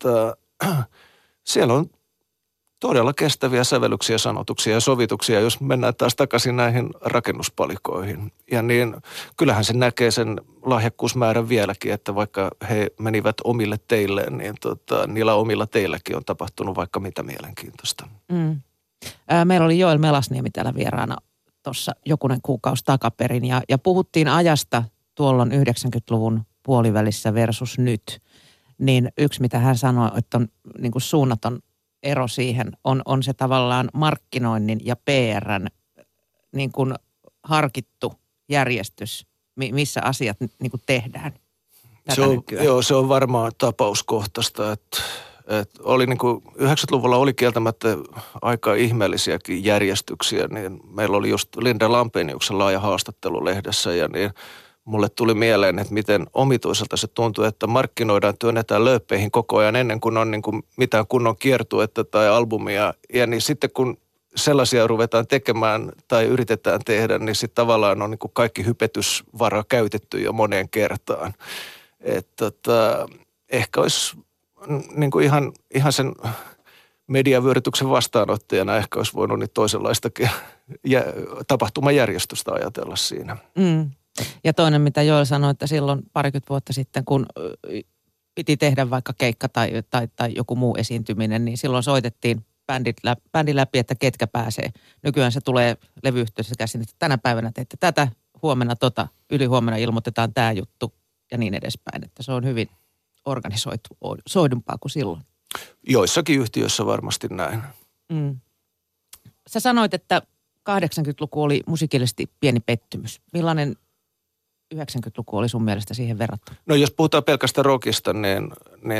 siellä on todella kestäviä sävellyksiä, sanotuksia ja sovituksia, jos mennään taas takaisin näihin rakennuspalikoihin. Ja kyllähän se näkee sen lahjakkuusmäärän vieläkin, että vaikka he menivät omille teilleen, niin niillä omilla teilläkin on tapahtunut vaikka mitä mielenkiintoista. Mm. Meillä oli Joel Melasniemi täällä vieraana tuossa jokunen kuukausi takaperin ja puhuttiin ajasta tuolloin 90-luvun puolivälissä versus nyt. Niin yksi, mitä hän sanoi, että on niin kuin suunnaton ero siihen, on se tavallaan markkinoinnin ja PR:n niin kuin harkittu järjestys, missä asiat niin kuin tehdään tätä nykyään. Joo, se on varmaan tapauskohtaista, että oli niin kuin 90-luvulla oli kieltämättä aika ihmeellisiäkin järjestyksiä, niin meillä oli just Linda Lampeniuksen laaja haastattelu lehdessä ja niin mulle tuli mieleen, että miten omituiselta se tuntuu, että markkinoidaan, työnnetään lööppeihin koko ajan ennen kuin on niin kuin mitään kunnon kiertuetta tai albumia ja niin sitten kun sellaisia ruvetaan tekemään tai yritetään tehdä, niin sitten tavallaan on niin kuin kaikki hypetysvara käytetty jo moneen kertaan. Että ehkä olisi niin kuin ihan sen mediavyörytyksen vastaanottajana ehkä olisi voinut niin toisenlaistakin tapahtumajärjestystä ajatella siinä. Mm. Ja toinen, mitä Joel sanoi, että silloin parikymmentä vuotta sitten, kun piti tehdä vaikka keikka tai joku muu esiintyminen, niin silloin soitettiin bändin läpi, että ketkä pääsee. Nykyään se tulee levyyhtiössä käsin, että tänä päivänä teette tätä, huomenna ylihuomenna ilmoitetaan tämä juttu ja niin edespäin. Että se on hyvin organisoidumpaa kuin silloin. Joissakin yhtiöissä varmasti näin. Mm. Sä sanoit, että 80-luku oli musiikillisesti pieni pettymys. Millainen 90-luku oli sun mielestä siihen verrattuna? No jos puhutaan pelkästä rockista, niin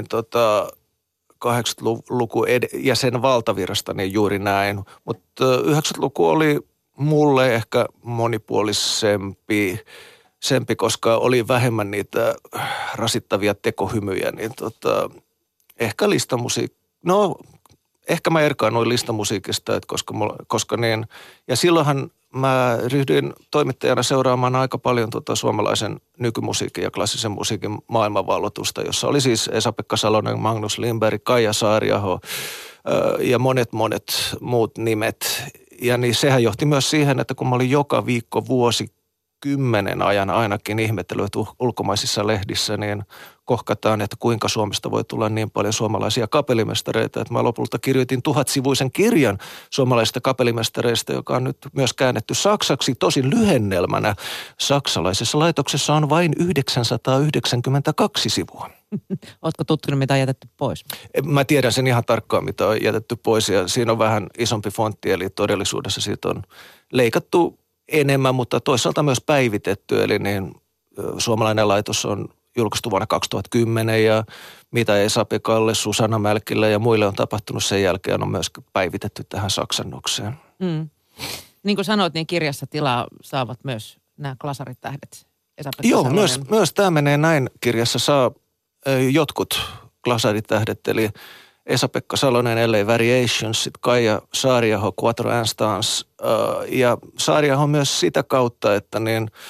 80-luku ja sen valtavirrasta, niin juuri näin. Mutta 90-luku oli mulle ehkä monipuolisempi, koska oli vähemmän niitä rasittavia tekohymyjä, niin ehkä listamusiikki. No, ehkä mä erkaannuin listamusiikista, että koska niin, ja silloinhan mä ryhdyin toimittajana seuraamaan aika paljon suomalaisen nykymusiikin ja klassisen musiikin maailmanvalloitusta, jossa oli siis Esa-Pekka Salonen, Magnus Lindberg, Kaija Saariaho ja monet muut nimet. Ja niin sehän johti myös siihen, että kun mä olin joka viikko vuosikymmenen ajan ainakin ihmettelyt ulkomaisissa lehdissä, niin kohkataan, että kuinka Suomesta voi tulla niin paljon suomalaisia kapellimestareita. Että mä lopulta kirjoitin 1000-sivuisen kirjan suomalaisista kapellimestareista, joka on nyt myös käännetty saksaksi tosin lyhennelmänä. Saksalaisessa laitoksessa on vain 992 sivua. Ootko tutkinut, mitä on jätetty pois? Mä tiedän sen ihan tarkkaan, mitä on jätetty pois ja siinä on vähän isompi fontti, eli todellisuudessa siitä on leikattu enemmän, mutta toisaalta myös päivitetty, eli niin suomalainen laitos on julkaistu vuonna 2010 ja mitä Esa-Pekalle, Susanna Mälkille ja muille on tapahtunut sen jälkeen on myös päivitetty tähän saksannokseen. Mm. Niin kuin sanoit, niin kirjassa tilaa saavat myös nämä glasaritähdet. Esa-Pekka Joo, Salonen. myös tämä menee näin. Kirjassa saa jotkut glasaritähdet, eli Esa-Pekka Salonen, LA Variations, sitten Kaija Saariaho, Quattro Instants ja Saariaho myös sitä kautta, että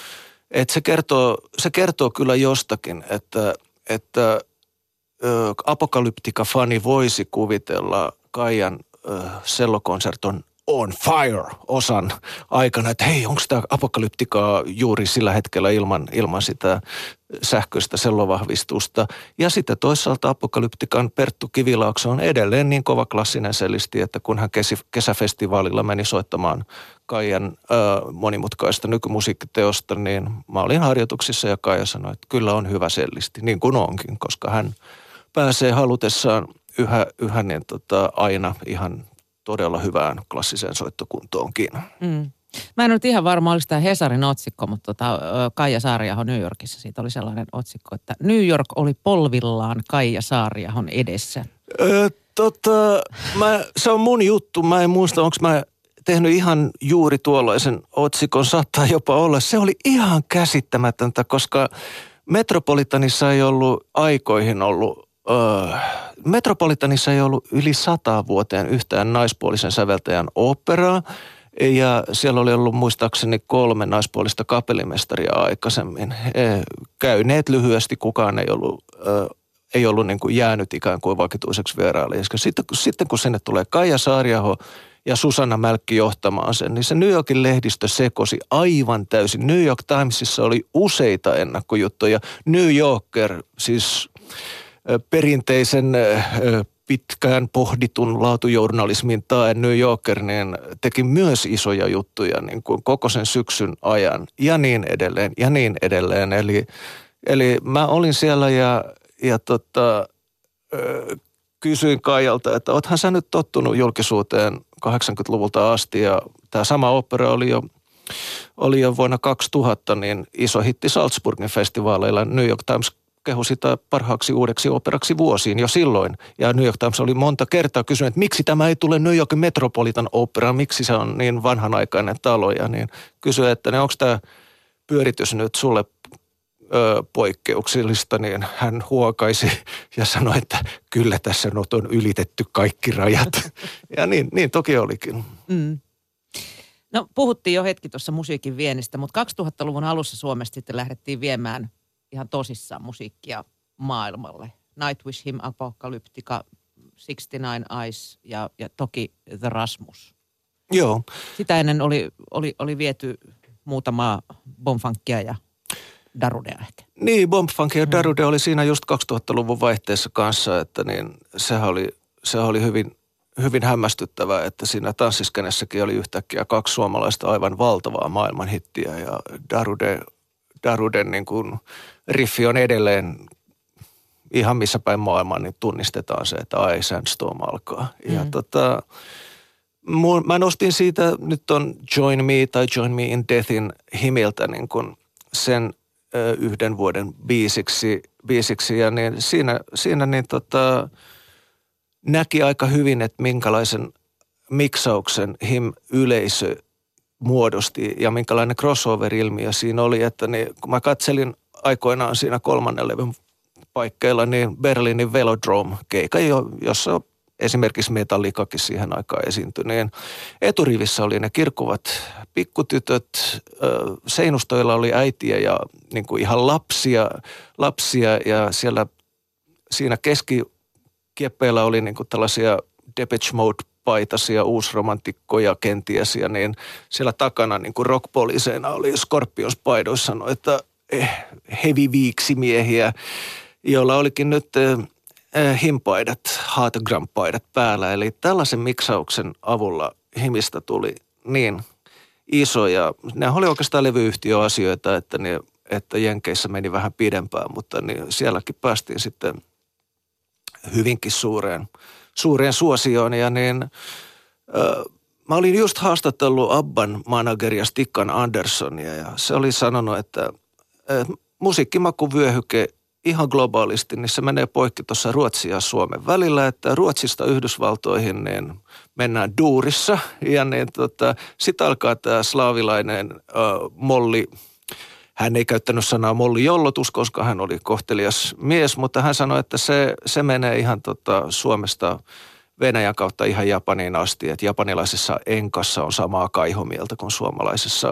se kertoo kyllä jostakin, että apokalyptika-fani voisi kuvitella Kaijan sellokonserton on fire-osan aikana, että hei, onko tämä apokalyptikaa juuri sillä hetkellä ilman sitä sähköistä sellovahvistusta. Ja sitten toisaalta apokalyptikan Perttu Kivilaakso on edelleen niin kova klassinen selisti, että kun hän kesäfestivaalilla meni soittamaan Kaijan monimutkaista nykymusiikkiteosta, niin mä olin harjoituksissa ja Kaija sanoi, että kyllä on hyvä sellisti, niin kuin onkin, koska hän pääsee halutessaan yhä niin aina ihan todella hyvään klassiseen soittokuntoonkin. Mä en ole ihan varma, oliko tämä Hesarin otsikko, mutta Kaija Saariahon New Yorkissa siitä oli sellainen otsikko, että New York oli polvillaan Kaija Saariahon edessä. Se on mun juttu. Mä en muista, onko mä tehnyt ihan juuri tuollaisen otsikon, saattaa jopa olla. Se oli ihan käsittämätöntä, koska Metropolitanissa ei ollut aikoihin ollut Metropolitanissa ei ollut yli 100 vuoteen yhtään naispuolisen säveltäjän oopperaa. Ja siellä oli ollut muistaakseni 3 naispuolista kapellimestaria aikaisemmin. Käyneet lyhyesti, kukaan ei ollut niin kuin jäänyt ikään kuin vakituiseksi vierailijaksi. Sitten kun sinne tulee Kaija Saariaho ja Susanna Mälkki johtamaan sen, niin se New Yorkin lehdistö sekosi aivan täysin. New York Timesissa oli useita ennakkojuttuja. New Yorker, siis perinteisen pitkään pohditun laatujournalismin tae New Yorker, niin teki myös isoja juttuja niin kuin koko sen syksyn ajan ja niin edelleen ja niin edelleen. Eli mä olin siellä ja kysyin Kaijalta, että oothan sä nyt tottunut julkisuuteen 80-luvulta asti ja tämä sama opera oli jo vuonna 2000 niin iso hitti Salzburgin festivaaleilla. New York Times kehui sitä parhaaksi uudeksi operaksi vuosiin jo silloin. Ja New York Times oli monta kertaa kysynyt, että miksi tämä ei tule New Yorkin Metropolitan Opera, miksi se on niin vanhanaikainen talo. Ja niin kysyi, että onko tämä pyöritys nyt sulle poikkeuksellista, niin hän huokaisi ja sanoi, että kyllä tässä nyt on ylitetty kaikki rajat. Ja niin toki olikin. No puhuttiin jo hetki tuossa musiikin viennistä, mutta 2000-luvun alussa Suomesta sitten lähdettiin viemään ihan tosissaan musiikkia maailmalle. Nightwish, Him, Apocalyptica, 69 Eyes ja toki The Rasmus. Joo. Sitä ennen oli viety muutamaa Bomfunkia ja Darudea ehkä. Niin, Bombfunk ja Darude oli siinä just 2000-luvun vaihteessa kanssa, että niin se oli hyvin hämmästyttävää, että siinä tanssiskenessäkin oli yhtäkkiä 2 suomalaista aivan valtavaa maailmanhittiä ja Daruden niin kuin riffi on edelleen ihan missä päin maailmaa, niin tunnistetaan se, että Sandstorm alkaa. Ja mä nostin siitä, nyt on Join Me tai Join Me in Deathin Himiltä niin kuin sen 1 vuoden biisiksi ja niin siinä niin näki aika hyvin, että minkälaisen miksauksen Him-yleisö muodosti ja minkälainen crossover-ilmiö siinä oli, että niin, kun mä katselin aikoinaan siinä 3. levyn paikkeilla, niin Berliinin Velodrome-keika, jossa esimerkiksi Metallicakin siihen aikaan esiintyi, niin eturivissä oli ne kirkuvat pikkutytöt, seinustoilla oli äitiä ja niin kuin ihan lapsia ja siinä keskikieppeillä oli niin kuin tällaisia Depeche Mode-paitaisia uusromantikkoja kenties ja niin siellä takana niin kuin rockpoliiseina oli Scorpions-paidoissa noita heavy-viiksimiehiä, joilla olikin nyt Him-paidat, Heartogram-paidat päällä. Eli tällaisen miksauksen avulla Himistä tuli niin iso ja nämä oli oikeastaan levyyhtiöasioita, että Jenkeissä meni vähän pidempään, mutta niin sielläkin päästiin sitten hyvinkin suureen suosioon ja niin mä olin just haastatellut Abban manageria Stickan Anderssonia ja se oli sanonut, että musiikkimakuvyöhyke ihan globaalisti, niin se menee poikki tuossa Ruotsin ja Suomen välillä, että Ruotsista Yhdysvaltoihin niin mennään duurissa ja niin sitten alkaa tämä slaavilainen molli. Hän ei käyttänyt sanaa mollijollotus, koska hän oli kohtelias mies, mutta hän sanoi, että se menee ihan Suomesta Venäjän kautta ihan Japaniin asti, että japanilaisessa enkassa on samaa kaihomieltä kuin suomalaisessa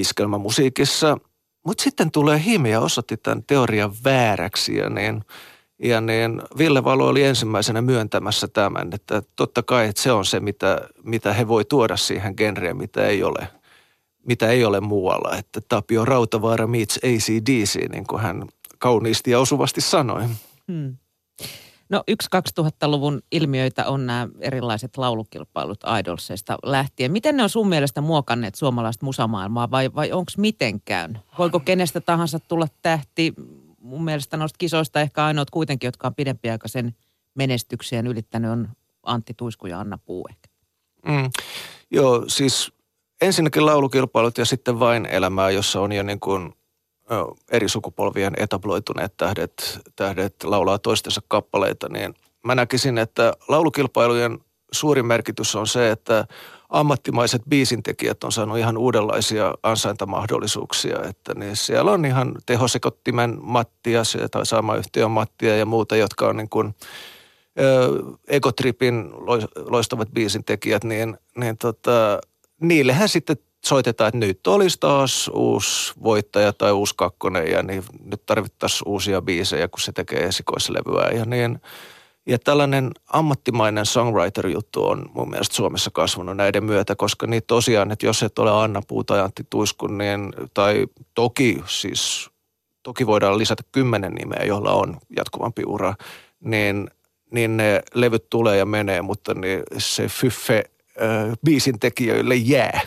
iskelmämusiikissa. Mutta sitten tulee Him ja osoitti tämän teorian vääräksi ja niin Ja niin Ville Valo oli ensimmäisenä myöntämässä tämän, että totta kai että se on se, mitä he voi tuoda siihen genreen, mitä ei ole muualla. Että Tapio Rautavaara meets AC/DC, niin kuin hän kauniisti ja osuvasti sanoi. No 2000-luvun ilmiöitä on nämä erilaiset laulukilpailut Idolsista lähtien. Miten ne on sun mielestä muokanneet suomalaista musamaailmaa vai onko mitenkään? Voiko kenestä tahansa tulla tähti? Mun mielestä noista kisoista ehkä ainoat kuitenkin, jotka on pidempiaikaisen menestykseen ylittänyt, on Antti Tuisku ja Anna Puu ehkä. Joo, siis ensinnäkin laulukilpailut ja sitten Vain elämää, jossa on jo niin kuin eri sukupolvien etabloituneet tähdet laulaa toistensa kappaleita, niin mä näkisin, että laulukilpailujen suurin merkitys on se, että ammattimaiset biisintekijät on saanut ihan uudenlaisia ansaintamahdollisuuksia, että niin siellä on ihan Tehosekottimen Mattia tai Saama-yhtiön Mattia ja muuta, jotka on niin kuin Egotripin loistavat biisintekijät, niin niillehän sitten soitetaan, että nyt olisi taas uusi voittaja tai uusi kakkonen ja niin nyt tarvittaisiin uusia biisejä, kun se tekee esikoislevyä ja niin. Ja tällainen ammattimainen songwriter-juttu on mun mielestä Suomessa kasvanut näiden myötä, koska niin tosiaan, että jos et ole Anna Puu tai Antti Tuisku, niin, tai toki voidaan lisätä 10 nimeä, joilla on jatkuvampi ura, niin ne levyt tulee ja menee, mutta niin se fyffe biisin tekijöille jää.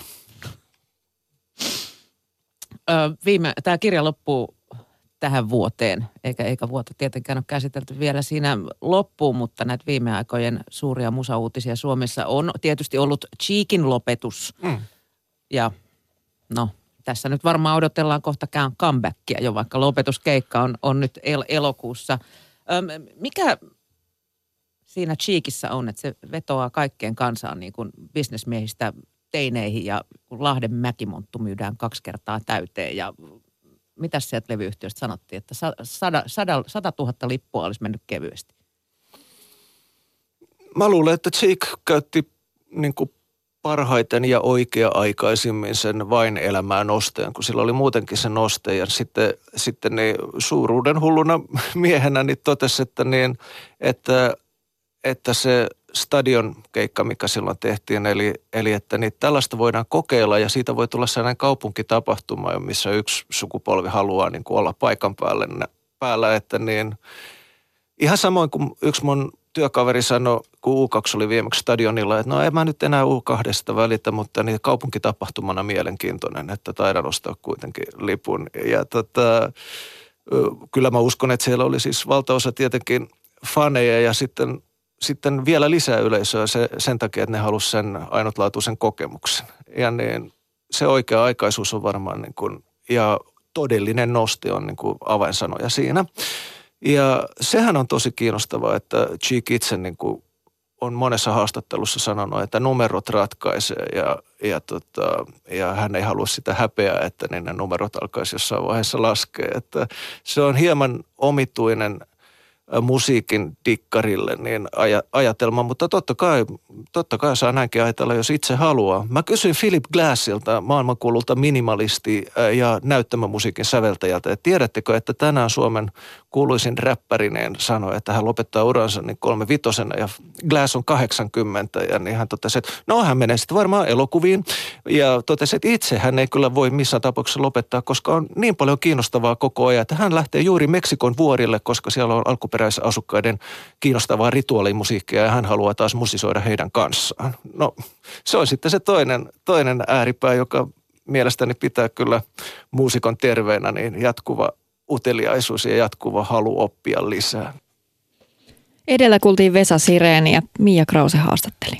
Tämä kirja loppuu tähän vuoteen, eikä vuotta tietenkään ole käsitelty vielä siinä loppuun, mutta näitä viime aikojen suuria musauutisia Suomessa on tietysti ollut Cheekin lopetus. Ja no, tässä nyt varmaan odotellaan kohta comebackia jo, vaikka lopetuskeikka on nyt elokuussa. Mikä siinä Cheekissä on, että se vetoaa kaikkeen kansaan niin kuin bisnesmiehistä teineihin ja kun Lahden Mäkimonttu myydään 2 kertaa täyteen ja mitäs sieltä levyyhtiöstä sanottiin, että 100 000 lippua olisi mennyt kevyesti? Mä luulen, että Cheek käytti niin kuin parhaiten ja oikea-aikaisimmin sen Vain elämää nosteen, kun sillä oli muutenkin se noste. Ja sitten niin suuruuden hulluna miehenä niin totesi, että se stadion keikka, mikä silloin tehtiin, eli että niin tällaista voidaan kokeilla ja siitä voi tulla sellainen kaupunkitapahtuma, missä yksi sukupolvi haluaa niin kuin olla paikan päällä, että niin ihan samoin kuin yksi mun työkaveri sanoi, kun U2 oli viimeksi stadionilla, että no en mä nyt enää U2 välitä, mutta niin kaupunkitapahtumana mielenkiintoinen, että taidan ostaa kuitenkin lipun. Ja kyllä mä uskon, että siellä oli siis valtaosa tietenkin faneja ja sitten vielä lisää yleisöä sen takia, että ne halusi sen ainutlaatuisen kokemuksen. Ja niin se oikea-aikaisuus on varmaan niin kuin, ja todellinen noste on niin kuin avainsanoja siinä. Ja sehän on tosi kiinnostavaa, että Cheek itse niin kuin on monessa haastattelussa sanonut, että numerot ratkaisee ja hän ei halua sitä häpeää, että niin ne numerot alkaisi jossain vaiheessa laskea. Että se on hieman omituinen musiikin dikkarille niin ajatelma, mutta totta kai saa näinkin ajatella, jos itse haluaa. Mä kysyin Philip Glassilta, maailmankuululta minimalisti ja näyttämömusiikin säveltäjältä, että tiedättekö, että tänään Suomen kuuluisin räppärineen sanoi, että hän lopettaa uransa niin 35 ja Glass on 80 ja niin hän totesi, että no hän menee sitten varmaan elokuviin ja totesi, että itse hän ei kyllä voi missään tapauksessa lopettaa, koska on niin paljon kiinnostavaa koko ajan, että hän lähtee juuri Meksikon vuorille, koska siellä on alkuperäisasukkaiden kiinnostavaa rituaalimusiikkia ja hän haluaa taas musisoida heidän kanssaan. No se on sitten se toinen ääripää, joka mielestäni pitää kyllä muusikon terveenä, niin jatkuva uteliaisuus ja jatkuva halu oppia lisää. Edellä kuultiin Vesa Sireeni ja Mia Krause haastatteli.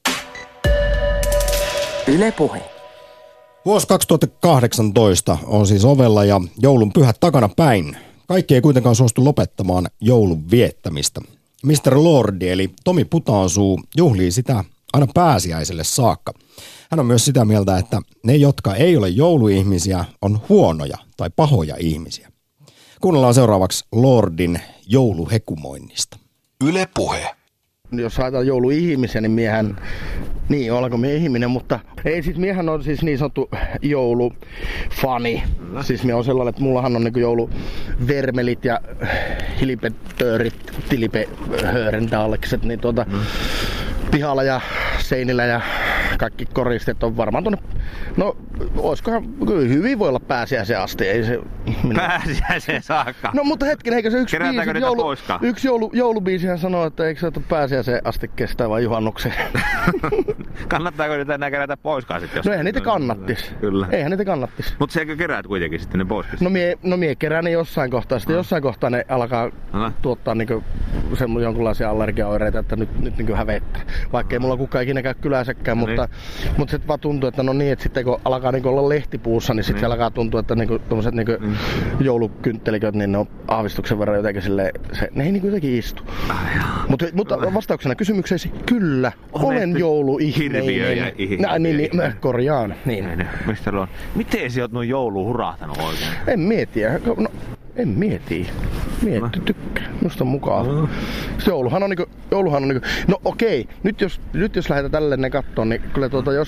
Yle Puhe. Vuosi 2018 on siis ovella ja joulun pyhät takana päin. Kaikki ei kuitenkaan suostu lopettamaan joulun viettämistä. Mr. Lordi eli Tomi Putaansuu juhlii sitä aina pääsiäiselle saakka. Hän on myös sitä mieltä, että ne, jotka ei ole jouluihmisiä, on huonoja tai pahoja ihmisiä. Kuunnellaan seuraavaksi Lordin jouluhekumoinnista. Yle Puhe. jos ajatellaan jouluihmisiä, niin miehän, niin olenko mie ihminen, mutta ei siis miehän on siis niin sanottu joulufani. Siis mie on sellainen, että mullahan on niinku jouluvermelit ja hilipetöörit, tilipehörendaalekset, niin pihalla ja seinillä ja kaikki koristeet on varmaan tuonne, no oiskohan, hyvin voi olla pääsiäiseen asti, ei se... Pääsiäiseen saakka? No mutta hetken, eikö se yksi biisi, yksi joulubiisihän sanoo, että eikö se ole pääsiäiseen asti kestää vai juhannukseen? Kannattaako niitä enää kerätä poiskaan sitten? No eihän niitä kannattis. Kyllä. Eihän niitä kannattis. Mutta sekä keräät kuitenkin sitten ne pois? No mie kerään ne jossain kohtaa. Sitten jossain kohtaa ne alkaa tuottaa niinku semmoinen jonkunlaisia allergiaoireita, että nyt niinku hävettää. Vaikka ei mulla kukaan ikinä käy kylässäkään, mutta sitten vaan tuntuu, että no niin, että sitten kun alkaa niinku olla lehtipuussa, niin sitten se alkaa tuntua, että niinku tommoset niinku joulukynttelikot, niin ne on aavistuksen verran jotenkin silleen, ne ei niinku jotenkin istu. Mutta vastauksena kysymykseesi, kyllä, olen jouluihmeinen. Niin, korjaan. Niin. Mistä on? Miten sä oot noin jouluun hurahtanut oikein? En mietiä. No, en mieti. Tykkää. Musta on mukaan. Jouluhan on niinku... No okei, nyt jos lähdetään tälleen katsomaan, niin kyllä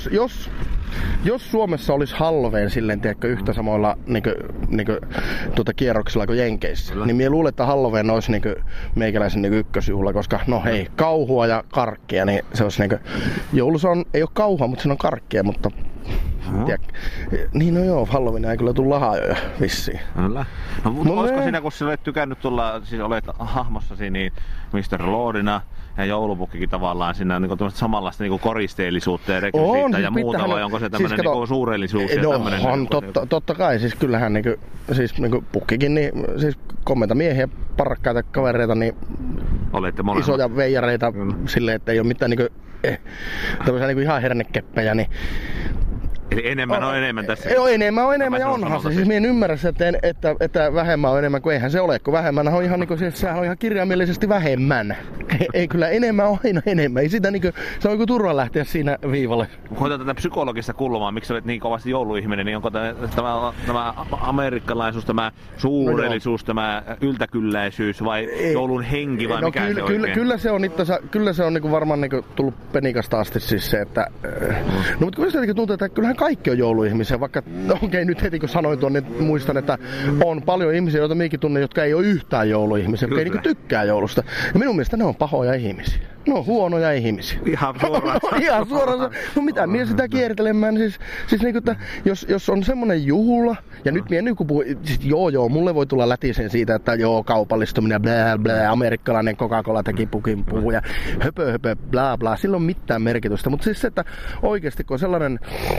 jos Suomessa olisi Halloween silleen, tiedätkö, yhtä samoilla kierroksilla kuin Jenkeissä, niin minä luulen, että Halloween olisi meikäläisen ykkösjuhla, koska no hei, kauhua ja karkkia, niin se olisi joulussa ei ole kauhua, mutta siinä on karkkia, mutta niin no joo, Halloween ei kyllä tule lahajoja vissiin. Kyllä. No olisiko sinä, kun sinä olet tykännyt tulla, siis olet hahmossasi niin Mr. Lordina ja joulupukkikin tavallaan siinä niin samanlaista niin koristeellisuutta ja rekvisiittaa ja muuta, vai onko se tämmöinen siis niin suurellisuus ja tämmöinen? No on totta kai, siis kyllähän siis pukkikin, niin siis komeita miehiä, parkkaita kavereita, niin isoja veijareita silleen, että ei ole mitään tämmöisiä ihan hernekeppejä, niin eli enemmän on enemmän tässä. Joo, enemmän on enemmän ja onhan se. Siis minä en ymmärrä, että vähemmän on enemmän, kuin eihän se ole. Kun vähemmän on ihan, sehän on ihan kirjaimellisesti vähemmän. Ei kyllä enemmän on aina enemmän. Ei sitä se on turva lähteä siinä viivalle. Kun hoitaa tätä psykologista kulmaa, miksi olet niin kovasti jouluihminen, niin onko tämä amerikkalaisuus, tämä suurellisuus, tämä yltäkylläisyys vai joulun henki vai mikä se oikein? Kyllä se on varmaan tullut penikasta asti siis se, että... No mutta kyllä se tuntuu, että kyllähän kaikki on jouluihmisiä, vaikka okei, nyt heti kun sanoin tuonne, niin muistan, että on paljon ihmisiä, joita minäkin tunnen, jotka ei ole yhtään jouluihmisiä, jotka ei tykkää joulusta. Ja minun mielestä ne on pahoja ihmisiä. Ne on huonoja ihmisiä. Ihan suoraan. Ihan suoraan. No mitä, minä sitä kiertelemään, siis että jos on semmoinen juhla, ja nyt minä siis joo, mulle voi tulla lätisen siitä, että joo, kaupallistuminen, blää, blää, amerikkalainen Coca-Cola teki pukin puu, ja höpö, blää, blää, sillä on mitään merkitystä. Mutta siis se, että oikeasti kun on sellainen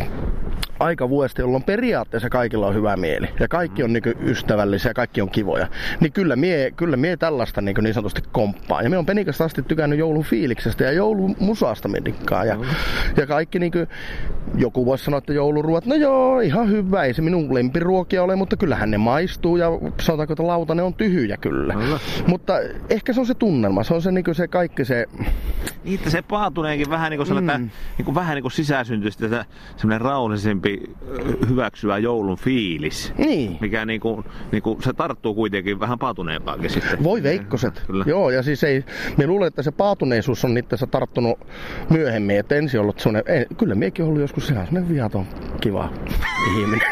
aika vuosta, jolloin periaatteessa kaikilla on hyvä mieli ja kaikki on ystävällisiä ja kaikki on kivoja, niin kyllä mie tällaista niin sanotusti komppaa. Ja me on penikasta asti tykännyt joulun fiiliksestä ja joulumusasta medikkaa ja kaikki joku voisi sanoa, että jouluruot, no joo, ihan hyvä, ei se minun lempiruokia ole, mutta kyllähän ne maistuu ja sanotaanko, että lautanen on tyhjä kyllä. Mutta ehkä se on se tunnelma, se on se kaikki se... Niin, se paatuneenkin vähän vähän sisäsyntyisesti semmoinen rauhallisempi hyväksyvä joulun fiilis. Niin. Mikä se tarttuu kuitenkin vähän paatuneempaakin sitten. Voi veikkoset. Kyllä. Joo, ja siis me luulen, että se paatuneisuus on itse tarttunut myöhemmin, että ensin ollut semmoinen, kyllä miekin ollut joskus semmoinen vihaton kiva ihminen.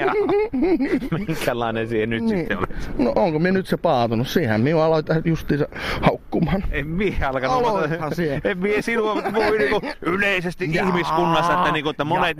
Minkälainen siihen nyt sitten olet? No onko me nyt se paatunut? Siihen minua aloitan justiinsa haukkumaan. En minä alkanut. En minä sinua puhui yleisesti ihmiskunnassa, että monet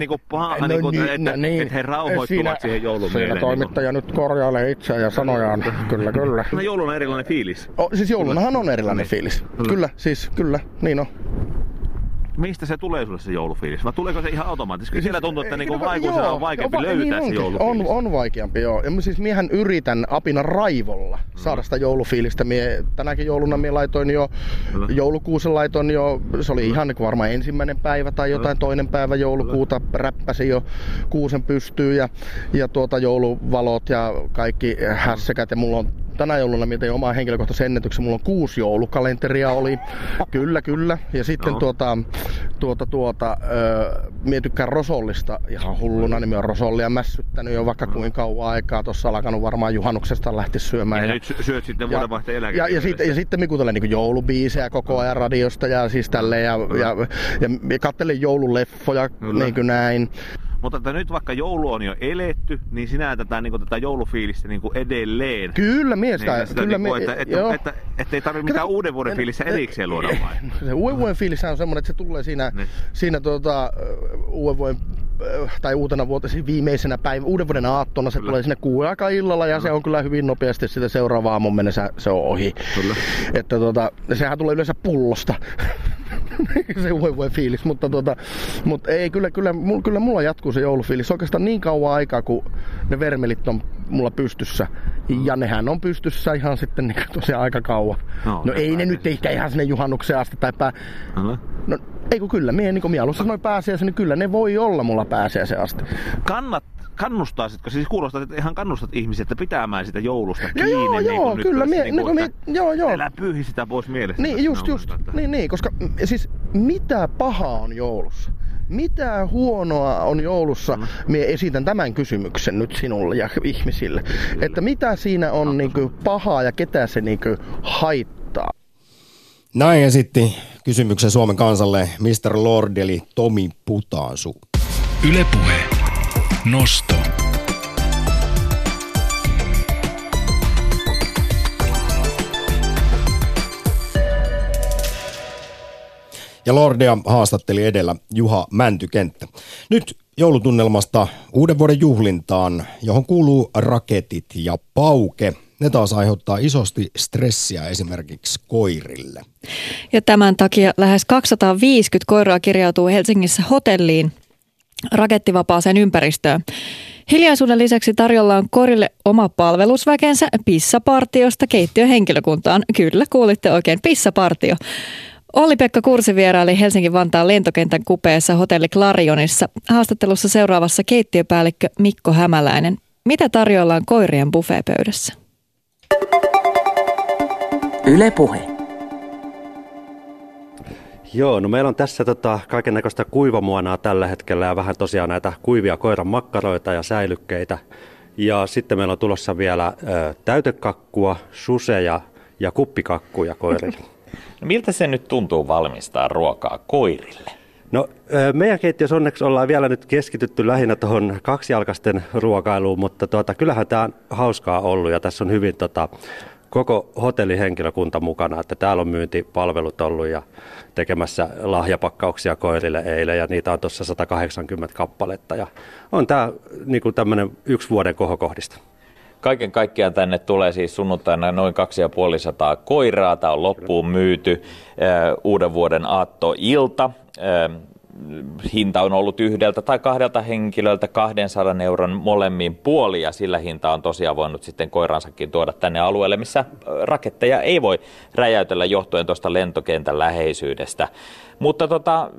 että he rauhoittuvat siihen joulun mieleen. Siinä toimittaja nyt korjailee itseään ja sanojaan. Kyllä. No joulun on erilainen fiilis. Siis joulunahan on erilainen fiilis. Kyllä, niin on. Mistä se tulee sulle se joulufiilis? Vai tuleeko se ihan automaattisesti? Siellä tuntuu, että aikuisena on vaikeampi löytää se joulufiilis. On vaikeampi, joo. Ja siis miehän yritän apina raivolla saada sitä joulufiilistä. Tänäkin jouluna mie laitoin jo, joulukuusen laitoin jo, se oli ihan varmaan ensimmäinen päivä tai jotain toinen päivä joulukuuta. Räppäsin jo kuusen pystyyn ja jouluvalot ja kaikki hässäkät. Ja mulla on tänä jouluna minä tein omaa henkilökohtaisen ennätyksen. Mulla on 6 joulukalenteria oli. Kyllä. Ja sitten minä tykkään rosollista ihan hulluna, niin minä olen rosollia mässyttänyt jo vaikka kuinka kauan aikaa. Tuossa alkanut varmaan juhannuksesta lähti syömään. Ja nyt syöt sitten vuodenvaihteen ja sitten minä kuuntelen niin joulubiisejä koko ajan radiosta ja siis tälleen ja katselen joululeffoja niin kuin näin. Mutta että nyt vaikka joulu on jo eletty, niin sinä tätä joulufiilistä edelleen. Kyllä, ettei tarvitse mitään uuden vuoden fiilistä erikseen luoda vai? Se uuden vuoden fiilissä on semmoinen, että se tulee siinä uuden vuoden tai uutena vuotena viimeisenä uuden vuoden aattona, se tulee sinne 6 aikaa illalla ja se on kyllä hyvin nopeasti sitä seuraavaan aamun mennessä se on ohi. Kyllä. Että sehän tulee yleensä pullosta. Se uuden vuoden fiilis, mutta ei, kyllä mulla jatkuu se joulufiilis oikeastaan niin kauan aikaa, kun ne vermelit on mulla pystyssä. Ja nehän on pystyssä ihan sitten tosiaan aika kauan. No ei ne nyt ehkä ihan sinne juhannukseen asti tai No ei kun kyllä, minä alussa sanoin pääsiäisen, niin kyllä ne voi olla mulla pääsiäisen asti. Kannustaisitko, siis kuulostaa, että ihan kannustat ihmisiä, että pitämään sitä joulusta kiinni? Joo, kyllä. Älä pyyhi sitä pois mielestä. Niin, just. Niin, koska siis mitä pahaa on joulussa? Mitä huonoa on joulussa? Minä esitän tämän kysymyksen nyt sinulle ja ihmisille. Että mitä siinä on pahaa ja ketä se haittaa? Näin esitti kysymyksen Suomen kansalle Mr. Lord eli Tomi Putaasu. Yle Puhe. Nosto. Ja Lordia haastatteli edellä Juha Mäntykenttä. Nyt joulutunnelmasta uuden vuoden juhlintaan, johon kuuluu raketit ja pauke. Ne taas aiheuttaa isosti stressiä esimerkiksi koirille. Ja tämän takia lähes 250 koiraa kirjautuu Helsingissä hotelliin rakettivapaaseen ympäristöön. Hiljaisuuden lisäksi tarjolla on koirille oma palvelusväkensä pissapartiosta keittiön henkilökuntaan. Kyllä, kuulitte oikein, pissapartio. Olli-Pekka Kursi vieraili Helsinki-Vantaan lentokentän kupeessa hotelli Clarionissa. Haastattelussa seuraavassa keittiöpäällikkö Mikko Hämäläinen. Mitä tarjoillaan koirien buffetpöydässä? Yle Puhe. Joo, no meillä on tässä kaikennäköistä kuivamuonaa tällä hetkellä ja vähän tosiaan näitä kuivia koiran makkaroita ja säilykkeitä. Ja sitten meillä on tulossa vielä täytekakkua, suseja ja kuppikakkuja koirille. No miltä se nyt tuntuu valmistaa ruokaa koirille? No meidän keittiössä onneksi ollaan vielä nyt keskitytty lähinnä tuohon kaksijalkaisten ruokailuun, mutta kyllähän tämä on hauskaa ollut ja tässä on hyvin koko hotellihenkilökunta mukana, että täällä on myyntipalvelut ollut ja tekemässä lahjapakkauksia koirille eilen ja niitä on tuossa 180 kappaletta ja on tämä tämmöinen 1 vuoden kohokohdista. Kaiken kaikkiaan tänne tulee siis sunnuntaina noin 250 koiraa. Tämä on loppuun myyty uuden vuoden aattoilta. Hinta on ollut 1 tai 2 henkilöltä 200 € molemmin puolin ja sillä hinta on tosiaan voinut sitten koiransakin tuoda tänne alueelle, missä raketteja ei voi räjäytellä johtuen tuosta lentokentän läheisyydestä. Mutta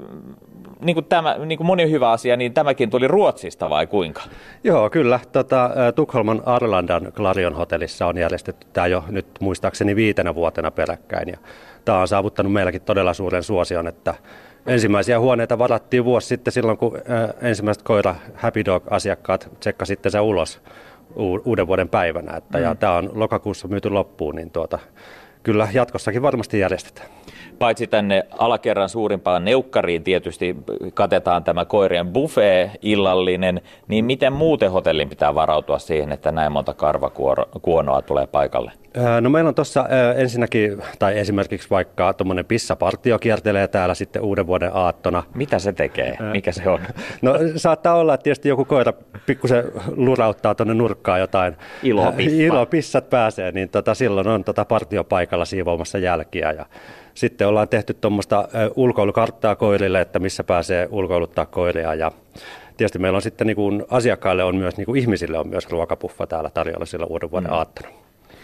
niin kuin moni hyvä asia, niin tämäkin tuli Ruotsista vai kuinka? Joo, kyllä. Tukholman Arlandan Clarion hotellissa on järjestetty tämä jo nyt muistaakseni 5 vuotena peräkkäin. Ja tämä on saavuttanut meilläkin todella suuren suosion, että ensimmäisiä huoneita varattiin vuosi sitten silloin, kun ensimmäiset koira Happy Dog-asiakkaat tsekkasivat sitten se ulos uuden vuoden päivänä. Ja tämä on lokakuussa myyty loppuun, niin kyllä jatkossakin varmasti järjestetään. Paitsi tänne alakerran suurimpaan neukkariin tietysti katetaan tämä koirien buffet illallinen, niin miten muuten hotellin pitää varautua siihen, että näin monta karvakuonoa tulee paikalle? No meillä on tuossa ensinnäkin, tai esimerkiksi vaikka tuommoinen pissapartio kiertelee täällä sitten uuden vuoden aattona. Mitä se tekee? Mikä se on? No saattaa olla, että tietysti joku koira pikkusen lurauttaa tuonne nurkkaan jotain. Ilopissat pääsee, niin silloin on partiopaikalla siivoamassa jälkiä ja sitten ollaan tehty tuommoista ulkoilukarttaa koirille, että missä pääsee ulkoiluttaa koiria ja tietysti meillä on sitten asiakkaille on myös ihmisille on myös ruokapuffa täällä tarjolla sillä uuden vuoden aattona.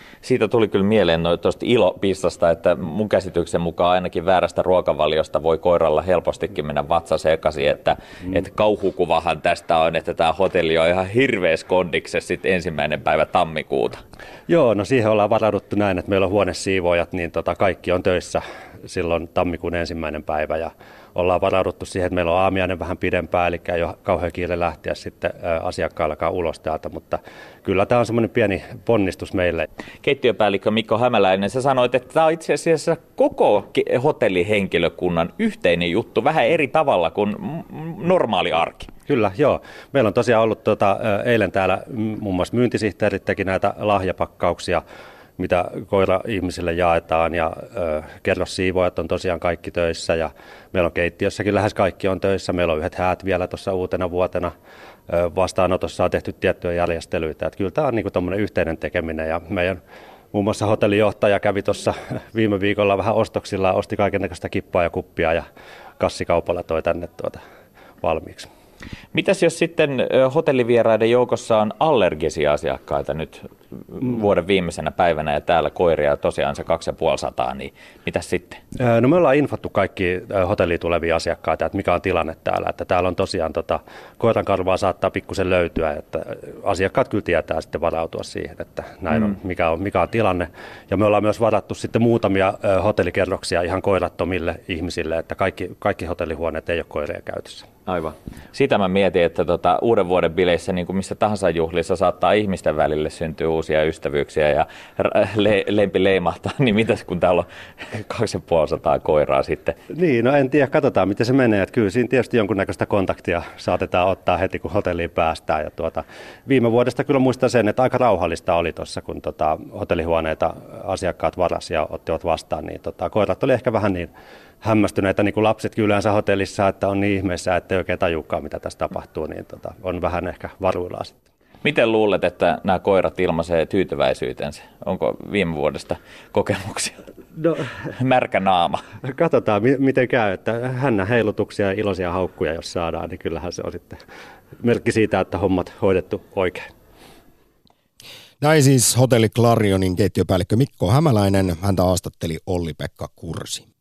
Siitä tuli kyllä mieleen tuosta ilopissasta, että mun käsityksen mukaan ainakin väärästä ruokavaliosta voi koiralla helpostikin mennä vatsa sekaisin, että kauhukuvahan tästä on, että tämä hotelli on ihan hirveäs kondiksessa sitten 1. päivä tammikuuta. Joo, no siihen ollaan varauduttu näin, että meillä on huonesiivoojat, niin kaikki on töissä silloin tammikuun 1. päivä ja ollaan varauduttu siihen, että meillä on aamiainen vähän pidempään, eli ei ole kauhean kiire lähteä sitten asiakkaillakaan ulos täältä, mutta kyllä tämä on semmoinen pieni ponnistus meille. Keittiöpäällikkö Mikko Hämäläinen, sä sanoit, että tämä on itse asiassa koko hotellihenkilökunnan yhteinen juttu, vähän eri tavalla kuin normaali arki. Kyllä, joo. Meillä on tosiaan ollut eilen täällä muun muassa myyntisihteerit teki näitä lahjapakkauksia, mitä koira-ihmisille jaetaan ja kerrossiivoajat on tosiaan kaikki töissä ja meillä on keittiössäkin lähes kaikki on töissä. Meillä on yhdet häät vielä tuossa uutena vuotena. Vastaanotossa on tehty tiettyjä järjestelyitä. Että kyllä tämä on niin kuin tommoinen yhteinen tekeminen ja meidän muun muassa hotellijohtaja kävi tuossa viime viikolla vähän ostoksilla, osti kaikennäköistä kippaa ja kuppia ja kassikaupalla toi tänne valmiiksi. Mitäs jos sitten hotellivieraiden joukossa on allergisia asiakkaita nyt vuoden viimeisenä päivänä ja täällä koiria tosiaan se 250, niin mitäs sitten? No me ollaan infottu kaikki hotelliin tulevia asiakkaita, että mikä on tilanne täällä. Että täällä on tosiaan koiran karvaa saattaa pikkusen löytyä, että asiakkaat kyllä tietää sitten varautua siihen, että näin on, mikä on tilanne. Ja me ollaan myös varattu sitten muutamia hotellikerroksia ihan koirattomille ihmisille, että kaikki hotellihuoneet ei ole koirien käytössä. Aivan. Sitä mä mietin, että uuden vuoden bileissä, niin kuin missä tahansa juhlissa, saattaa ihmisten välille syntyä uusia ystävyyksiä ja lempi leimahtaa, niin mitäs kun täällä on 250 koiraa sitten? Niin, no en tiedä, katsotaan miten se menee. Että kyllä siinä tietysti jonkunnäköistä kontaktia saatetaan ottaa heti, kun hotelliin päästään. Ja viime vuodesta kyllä muistan sen, että aika rauhallista oli tuossa, kun hotellihuoneita asiakkaat varasi ja ottivat vastaan, niin koirat oli ehkä vähän niin hämmästyneitä, niin kuin lapsetkin yleensä hotellissa, että on niin ihmeessä, että ei oikein tajukaan, mitä tässä tapahtuu, niin on vähän ehkä varuillaan sitten. Miten luulet, että nämä koirat ilmaisee tyytyväisyytensä? Onko viime vuodesta kokemuksia? No, märkä naama. Katsotaan, miten käy. Että hännän heilutuksia ja iloisia haukkuja, jos saadaan, niin kyllähän se on sitten merkki siitä, että hommat hoidettu oikein. Näin siis Hotelli Clarionin keittiöpäällikkö Mikko Hämäläinen. Häntä haastatteli Olli-Pekka Kursi.